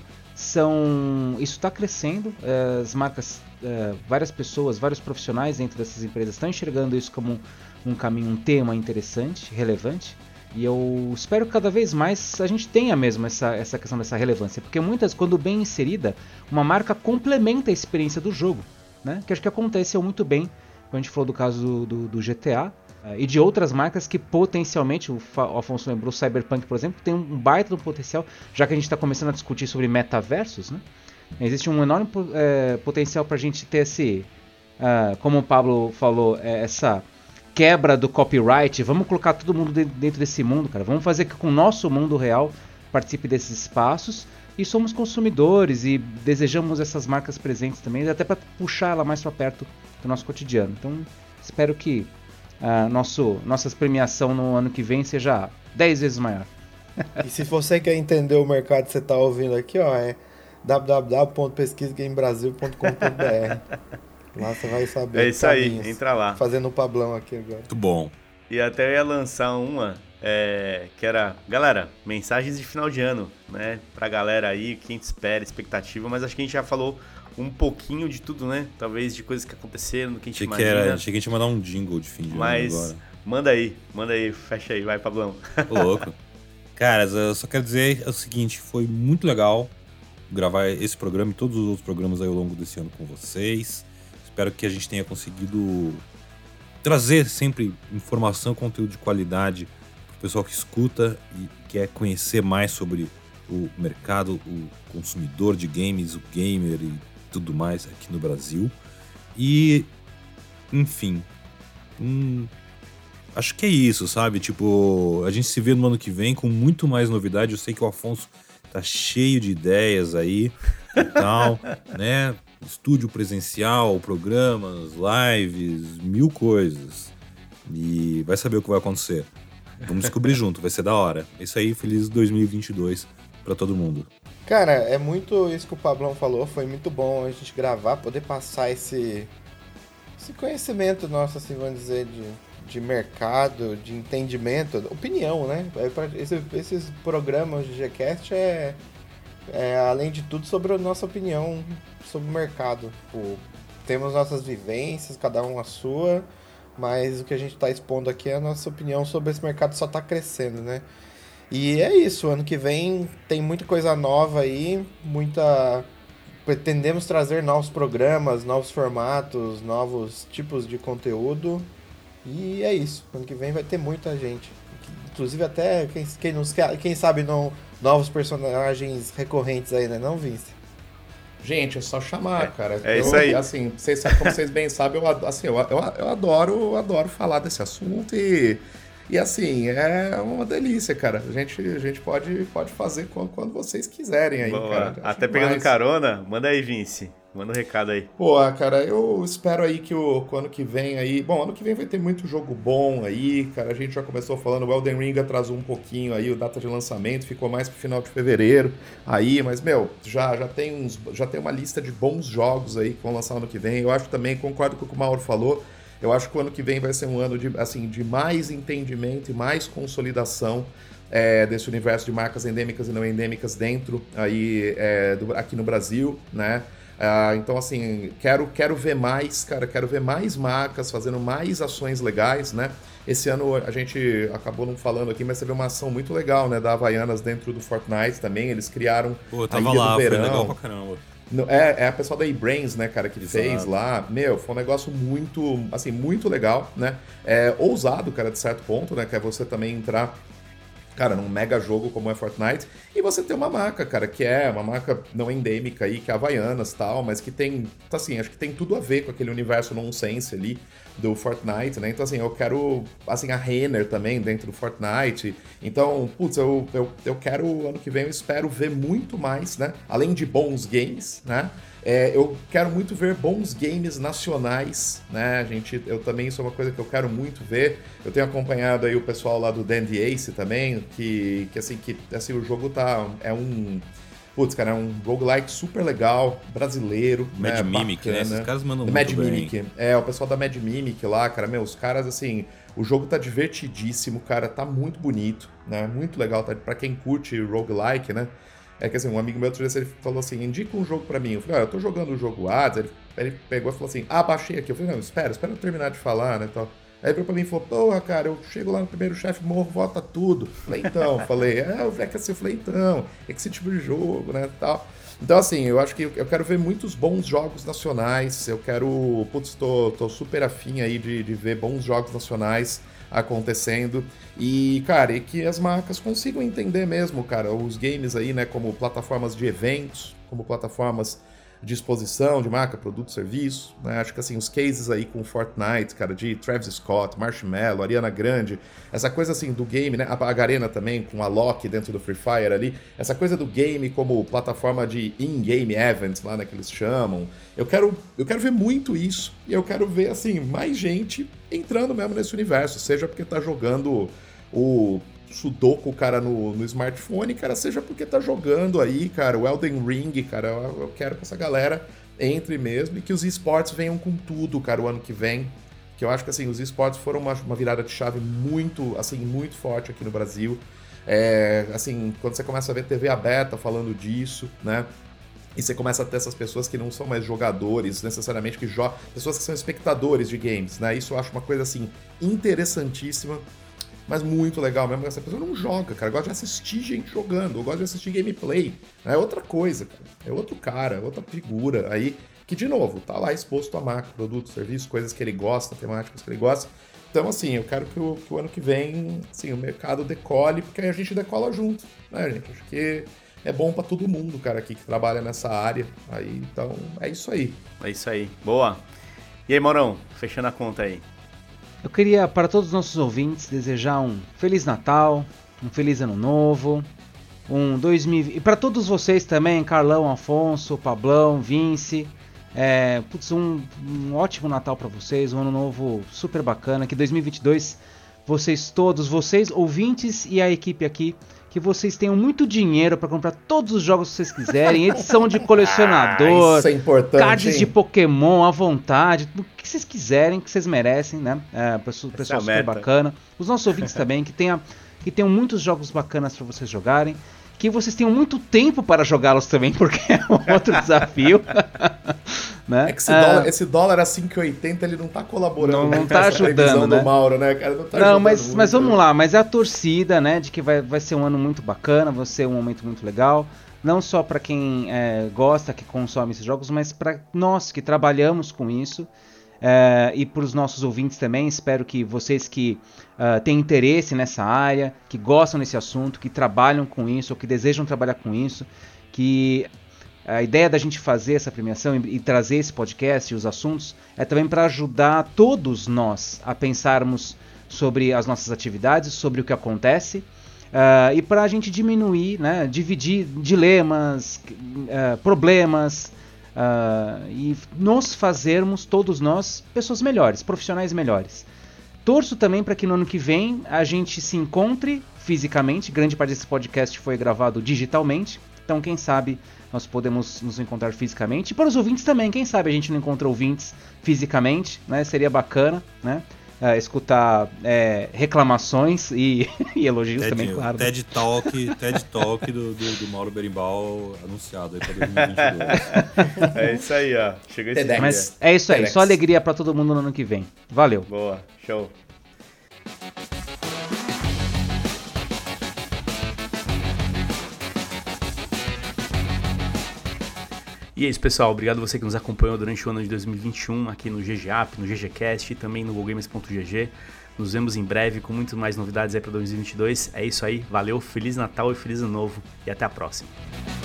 [SPEAKER 3] isso está crescendo, as marcas, várias pessoas, vários profissionais dentro dessas empresas estão enxergando isso como um caminho, um tema interessante, relevante, e eu espero que cada vez mais a gente tenha mesmo essa questão dessa relevância, porque quando bem inserida, uma marca complementa a experiência do jogo, né, que acho que aconteceu muito bem, quando a gente falou do caso do GTA, e de outras marcas que potencialmente, o Afonso lembrou, o Cyberpunk, por exemplo, tem um baita do potencial, já que a gente está começando a discutir sobre metaversos, né? Existe um enorme potencial para a gente ter como o Pablo falou, essa quebra do copyright. Vamos colocar todo mundo dentro desse mundo, cara. Vamos fazer que com o nosso mundo real participe desses espaços. E somos consumidores e desejamos essas marcas presentes também, até para puxar ela mais para perto do nosso cotidiano. Então, espero que nossa premiação no ano que vem seja 10 vezes maior.
[SPEAKER 4] E se você quer entender o mercado que você está ouvindo aqui, é www.pesquisagamebrasil.com.br. Lá você vai saber.
[SPEAKER 1] É isso aí, entra lá.
[SPEAKER 4] Fazendo o Pablão aqui agora.
[SPEAKER 5] Muito bom.
[SPEAKER 1] E até eu ia lançar uma, que era, galera, mensagens de final de ano, né? Pra galera aí, o que a gente espera, expectativa, mas acho que a gente já falou um pouquinho de tudo, né? Talvez de coisas que aconteceram, do que a gente imagina.
[SPEAKER 5] Achei que a gente ia mandar um jingle de fim de ano agora.
[SPEAKER 1] Manda aí, fecha aí, vai, Pablão.
[SPEAKER 5] Ô, louco. Cara, eu só quero dizer o seguinte, foi muito legal gravar esse programa e todos os outros programas aí ao longo desse ano com vocês. Espero que a gente tenha conseguido trazer sempre informação, conteúdo de qualidade pro pessoal que escuta e quer conhecer mais sobre o mercado, o consumidor de games, o gamer e tudo mais aqui no Brasil. E, enfim, acho que é isso, sabe? Tipo, a gente se vê no ano que vem com muito mais novidade. Eu sei que o Afonso tá cheio de ideias aí e tal, né? Estúdio presencial, programas, lives, 1000 coisas. E vai saber o que vai acontecer. Vamos descobrir junto, vai ser da hora. É isso aí, feliz 2022 pra todo mundo.
[SPEAKER 4] Cara, é muito isso que o Pablão falou, foi muito bom a gente gravar, poder passar esse conhecimento nosso, assim, vamos dizer, de mercado, de entendimento, opinião, né? Esses programas de Gcast é além de tudo sobre a nossa opinião sobre o mercado. Temos nossas vivências, cada um a sua, mas o que a gente está expondo aqui é a nossa opinião sobre esse mercado que só está crescendo, né? E é isso, ano que vem tem muita coisa nova aí, pretendemos trazer novos programas, novos formatos, novos tipos de conteúdo. E é isso, ano que vem vai ter muita gente. Inclusive até, quem sabe, novos personagens recorrentes aí, né, não, Vince?
[SPEAKER 2] Gente, é só chamar, cara.
[SPEAKER 1] Isso aí.
[SPEAKER 2] Assim, como vocês bem sabem, eu adoro falar desse assunto e assim, é uma delícia, cara. A gente pode fazer quando vocês quiserem aí,
[SPEAKER 1] boa.
[SPEAKER 2] cara.
[SPEAKER 1] Até pegando carona, manda aí, Vince. manda um recado aí.
[SPEAKER 2] Pô, cara, eu espero aí que o ano que vem aí... Bom, ano que vem vai ter muito jogo bom aí, cara. A gente já começou falando, o Elden Ring atrasou um pouquinho aí, o data de lançamento ficou mais pro final de fevereiro aí, mas, meu, já tem uma lista de bons jogos aí que vão lançar ano que vem. Eu acho também, concordo com o que o Mauro falou, eu acho que o ano que vem vai ser um ano de mais entendimento e mais consolidação desse universo de marcas endêmicas e não endêmicas dentro aí aqui no Brasil, né? Então, assim, quero ver mais, cara, quero ver mais marcas fazendo mais ações legais, né? Esse ano a gente acabou não falando aqui, mas teve uma ação muito legal, né, da Havaianas dentro do Fortnite também. Eles criaram
[SPEAKER 5] a Ilha do Verão. Foi legal pra caramba.
[SPEAKER 2] É a pessoal da E-Brains, né, cara, que fez lá. Meu, foi um negócio muito, assim, muito legal, né? Ousado, cara, de certo ponto, né? Que é você também entrar, cara, num mega jogo como é Fortnite, e você tem uma marca, cara, que é uma marca não endêmica aí, que é Havaianas e tal, mas que tem, assim, acho que tem tudo a ver com aquele universo nonsense ali do Fortnite, né? Então, assim, eu quero, assim, a Renner também dentro do Fortnite. Então, putz, eu quero, ano que vem, eu espero ver muito mais, né? Além de bons games, né? Eu quero muito ver bons games nacionais, né, gente? Eu também, isso é uma coisa que eu quero muito ver. Eu tenho acompanhado aí o pessoal lá do Dandy Ace também, que o jogo Putz, cara, é um roguelike super legal, brasileiro,
[SPEAKER 5] Mad Mimic, né? Esses caras mandam muito bem. Mad Mimic.
[SPEAKER 2] O pessoal da Mad Mimic lá, cara, meu, os caras, assim, o jogo tá divertidíssimo, cara, tá muito bonito, né? Muito legal, tá? Pra quem curte roguelike, né? É que assim, um amigo meu outro dia ele falou assim, indica um jogo pra mim. Eu falei, eu tô jogando o jogo Hades. Ele pegou e falou assim, baixei aqui. Eu falei, não, espera eu terminar de falar, né, tal. Aí ele veio pra mim e falou, porra, cara, eu chego lá no primeiro chefe, morro, volta tudo. Falei, então, é que esse tipo de jogo, né, tal. Então, assim, eu acho que eu quero ver muitos bons jogos nacionais, eu quero, tô super afim aí de ver bons jogos nacionais acontecendo, e, cara, e que as marcas consigam entender mesmo, cara, os games aí, né, como plataformas de eventos, como plataformas de exposição de marca, produto, serviço, né? Acho que assim, os cases aí com Fortnite, cara, de Travis Scott, Marshmello, Ariana Grande, essa coisa assim do game, né? A Garena também, com a Loki dentro do Free Fire ali, essa coisa do game como plataforma de in-game events lá, né, que eles chamam. Eu quero ver muito isso, e eu quero ver, assim, mais gente entrando mesmo nesse universo, seja porque tá jogando o Sudoku, cara, no smartphone, cara, seja porque tá jogando aí, cara, o Elden Ring, cara, eu quero que essa galera entre mesmo e que os esportes venham com tudo, cara, o ano que vem, que eu acho que, assim, os esportes foram uma virada de chave muito, assim, muito forte aqui no Brasil, assim, quando você começa a ver TV aberta falando disso, né, e você começa a ter essas pessoas que não são mais jogadores, necessariamente, pessoas que são espectadores de games, né, isso eu acho uma coisa, assim, interessantíssima, mas muito legal mesmo, essa pessoa não joga, cara, gosta de assistir gente jogando, ou gosta de assistir gameplay, é outra coisa, cara, é outro cara, é outra figura aí, que de novo, tá lá exposto a marca, produto, serviço, coisas que ele gosta, temáticas que ele gosta. Então, assim, eu quero que o ano que vem, assim, o mercado decole, porque aí a gente decola junto, né, gente? Acho que é bom pra todo mundo, cara, aqui que trabalha nessa área, aí, então, é isso aí.
[SPEAKER 1] É isso aí, boa. E aí, Maurão, fechando a conta aí.
[SPEAKER 3] Eu queria, para todos os nossos ouvintes, desejar um Feliz Natal, um Feliz Ano Novo, um 2020... E para todos vocês também, Carlão, Afonso, Pablão, Vince, um ótimo Natal para vocês, um Ano Novo super bacana, que 2022 vocês ouvintes e a equipe aqui, que vocês tenham muito dinheiro para comprar todos os jogos que vocês quiserem, edição de colecionador,
[SPEAKER 2] isso é importante,
[SPEAKER 3] cards de Pokémon à vontade, o que vocês quiserem, que vocês merecem, né? Pessoal super bacana. Os nossos ouvintes também, que tenham muitos jogos bacanas para vocês jogarem, que vocês tenham muito tempo para jogá-los também, porque é um outro desafio. Né?
[SPEAKER 2] É que esse dólar a 5,80 ele não tá colaborando.
[SPEAKER 3] Não tá ajudando, né?
[SPEAKER 2] Do Mauro, né, cara?
[SPEAKER 3] Não, mas vamos lá, mas é a torcida, né, de que vai ser um ano muito bacana, vai ser um momento muito legal, não só para quem gosta, que consome esses jogos, mas para nós que trabalhamos com isso, e para os nossos ouvintes também. Espero que vocês que têm interesse nessa área, que gostam desse assunto, que trabalham com isso, ou que desejam trabalhar com isso, que a ideia da gente fazer essa premiação e trazer esse podcast e os assuntos é também para ajudar todos nós a pensarmos sobre as nossas atividades, sobre o que acontece, e para a gente diminuir, né, dividir dilemas, problemas, e nos fazermos, todos nós, pessoas melhores, profissionais melhores. Torço também para que no ano que vem a gente se encontre fisicamente. Grande parte desse podcast foi gravado digitalmente, então quem sabe nós podemos nos encontrar fisicamente. E para os ouvintes também, quem sabe a gente não encontra ouvintes fisicamente, né? Seria bacana, né? Escutar reclamações e elogios também, claro.
[SPEAKER 5] TED Talk do Mauro Berimbau anunciado aí para 2022.
[SPEAKER 1] É isso aí, ó. Chegou esse dia.
[SPEAKER 3] Mas é isso aí, só alegria para todo mundo no ano que vem. Valeu.
[SPEAKER 1] Boa, show. E é isso, pessoal. Obrigado a você que nos acompanhou durante o ano de 2021 aqui no GGApp, no GGCast e também no GoGamers.gg. Nos vemos em breve com muito mais novidades aí para 2022. É isso aí. Valeu, Feliz Natal e Feliz Ano Novo. E até a próxima.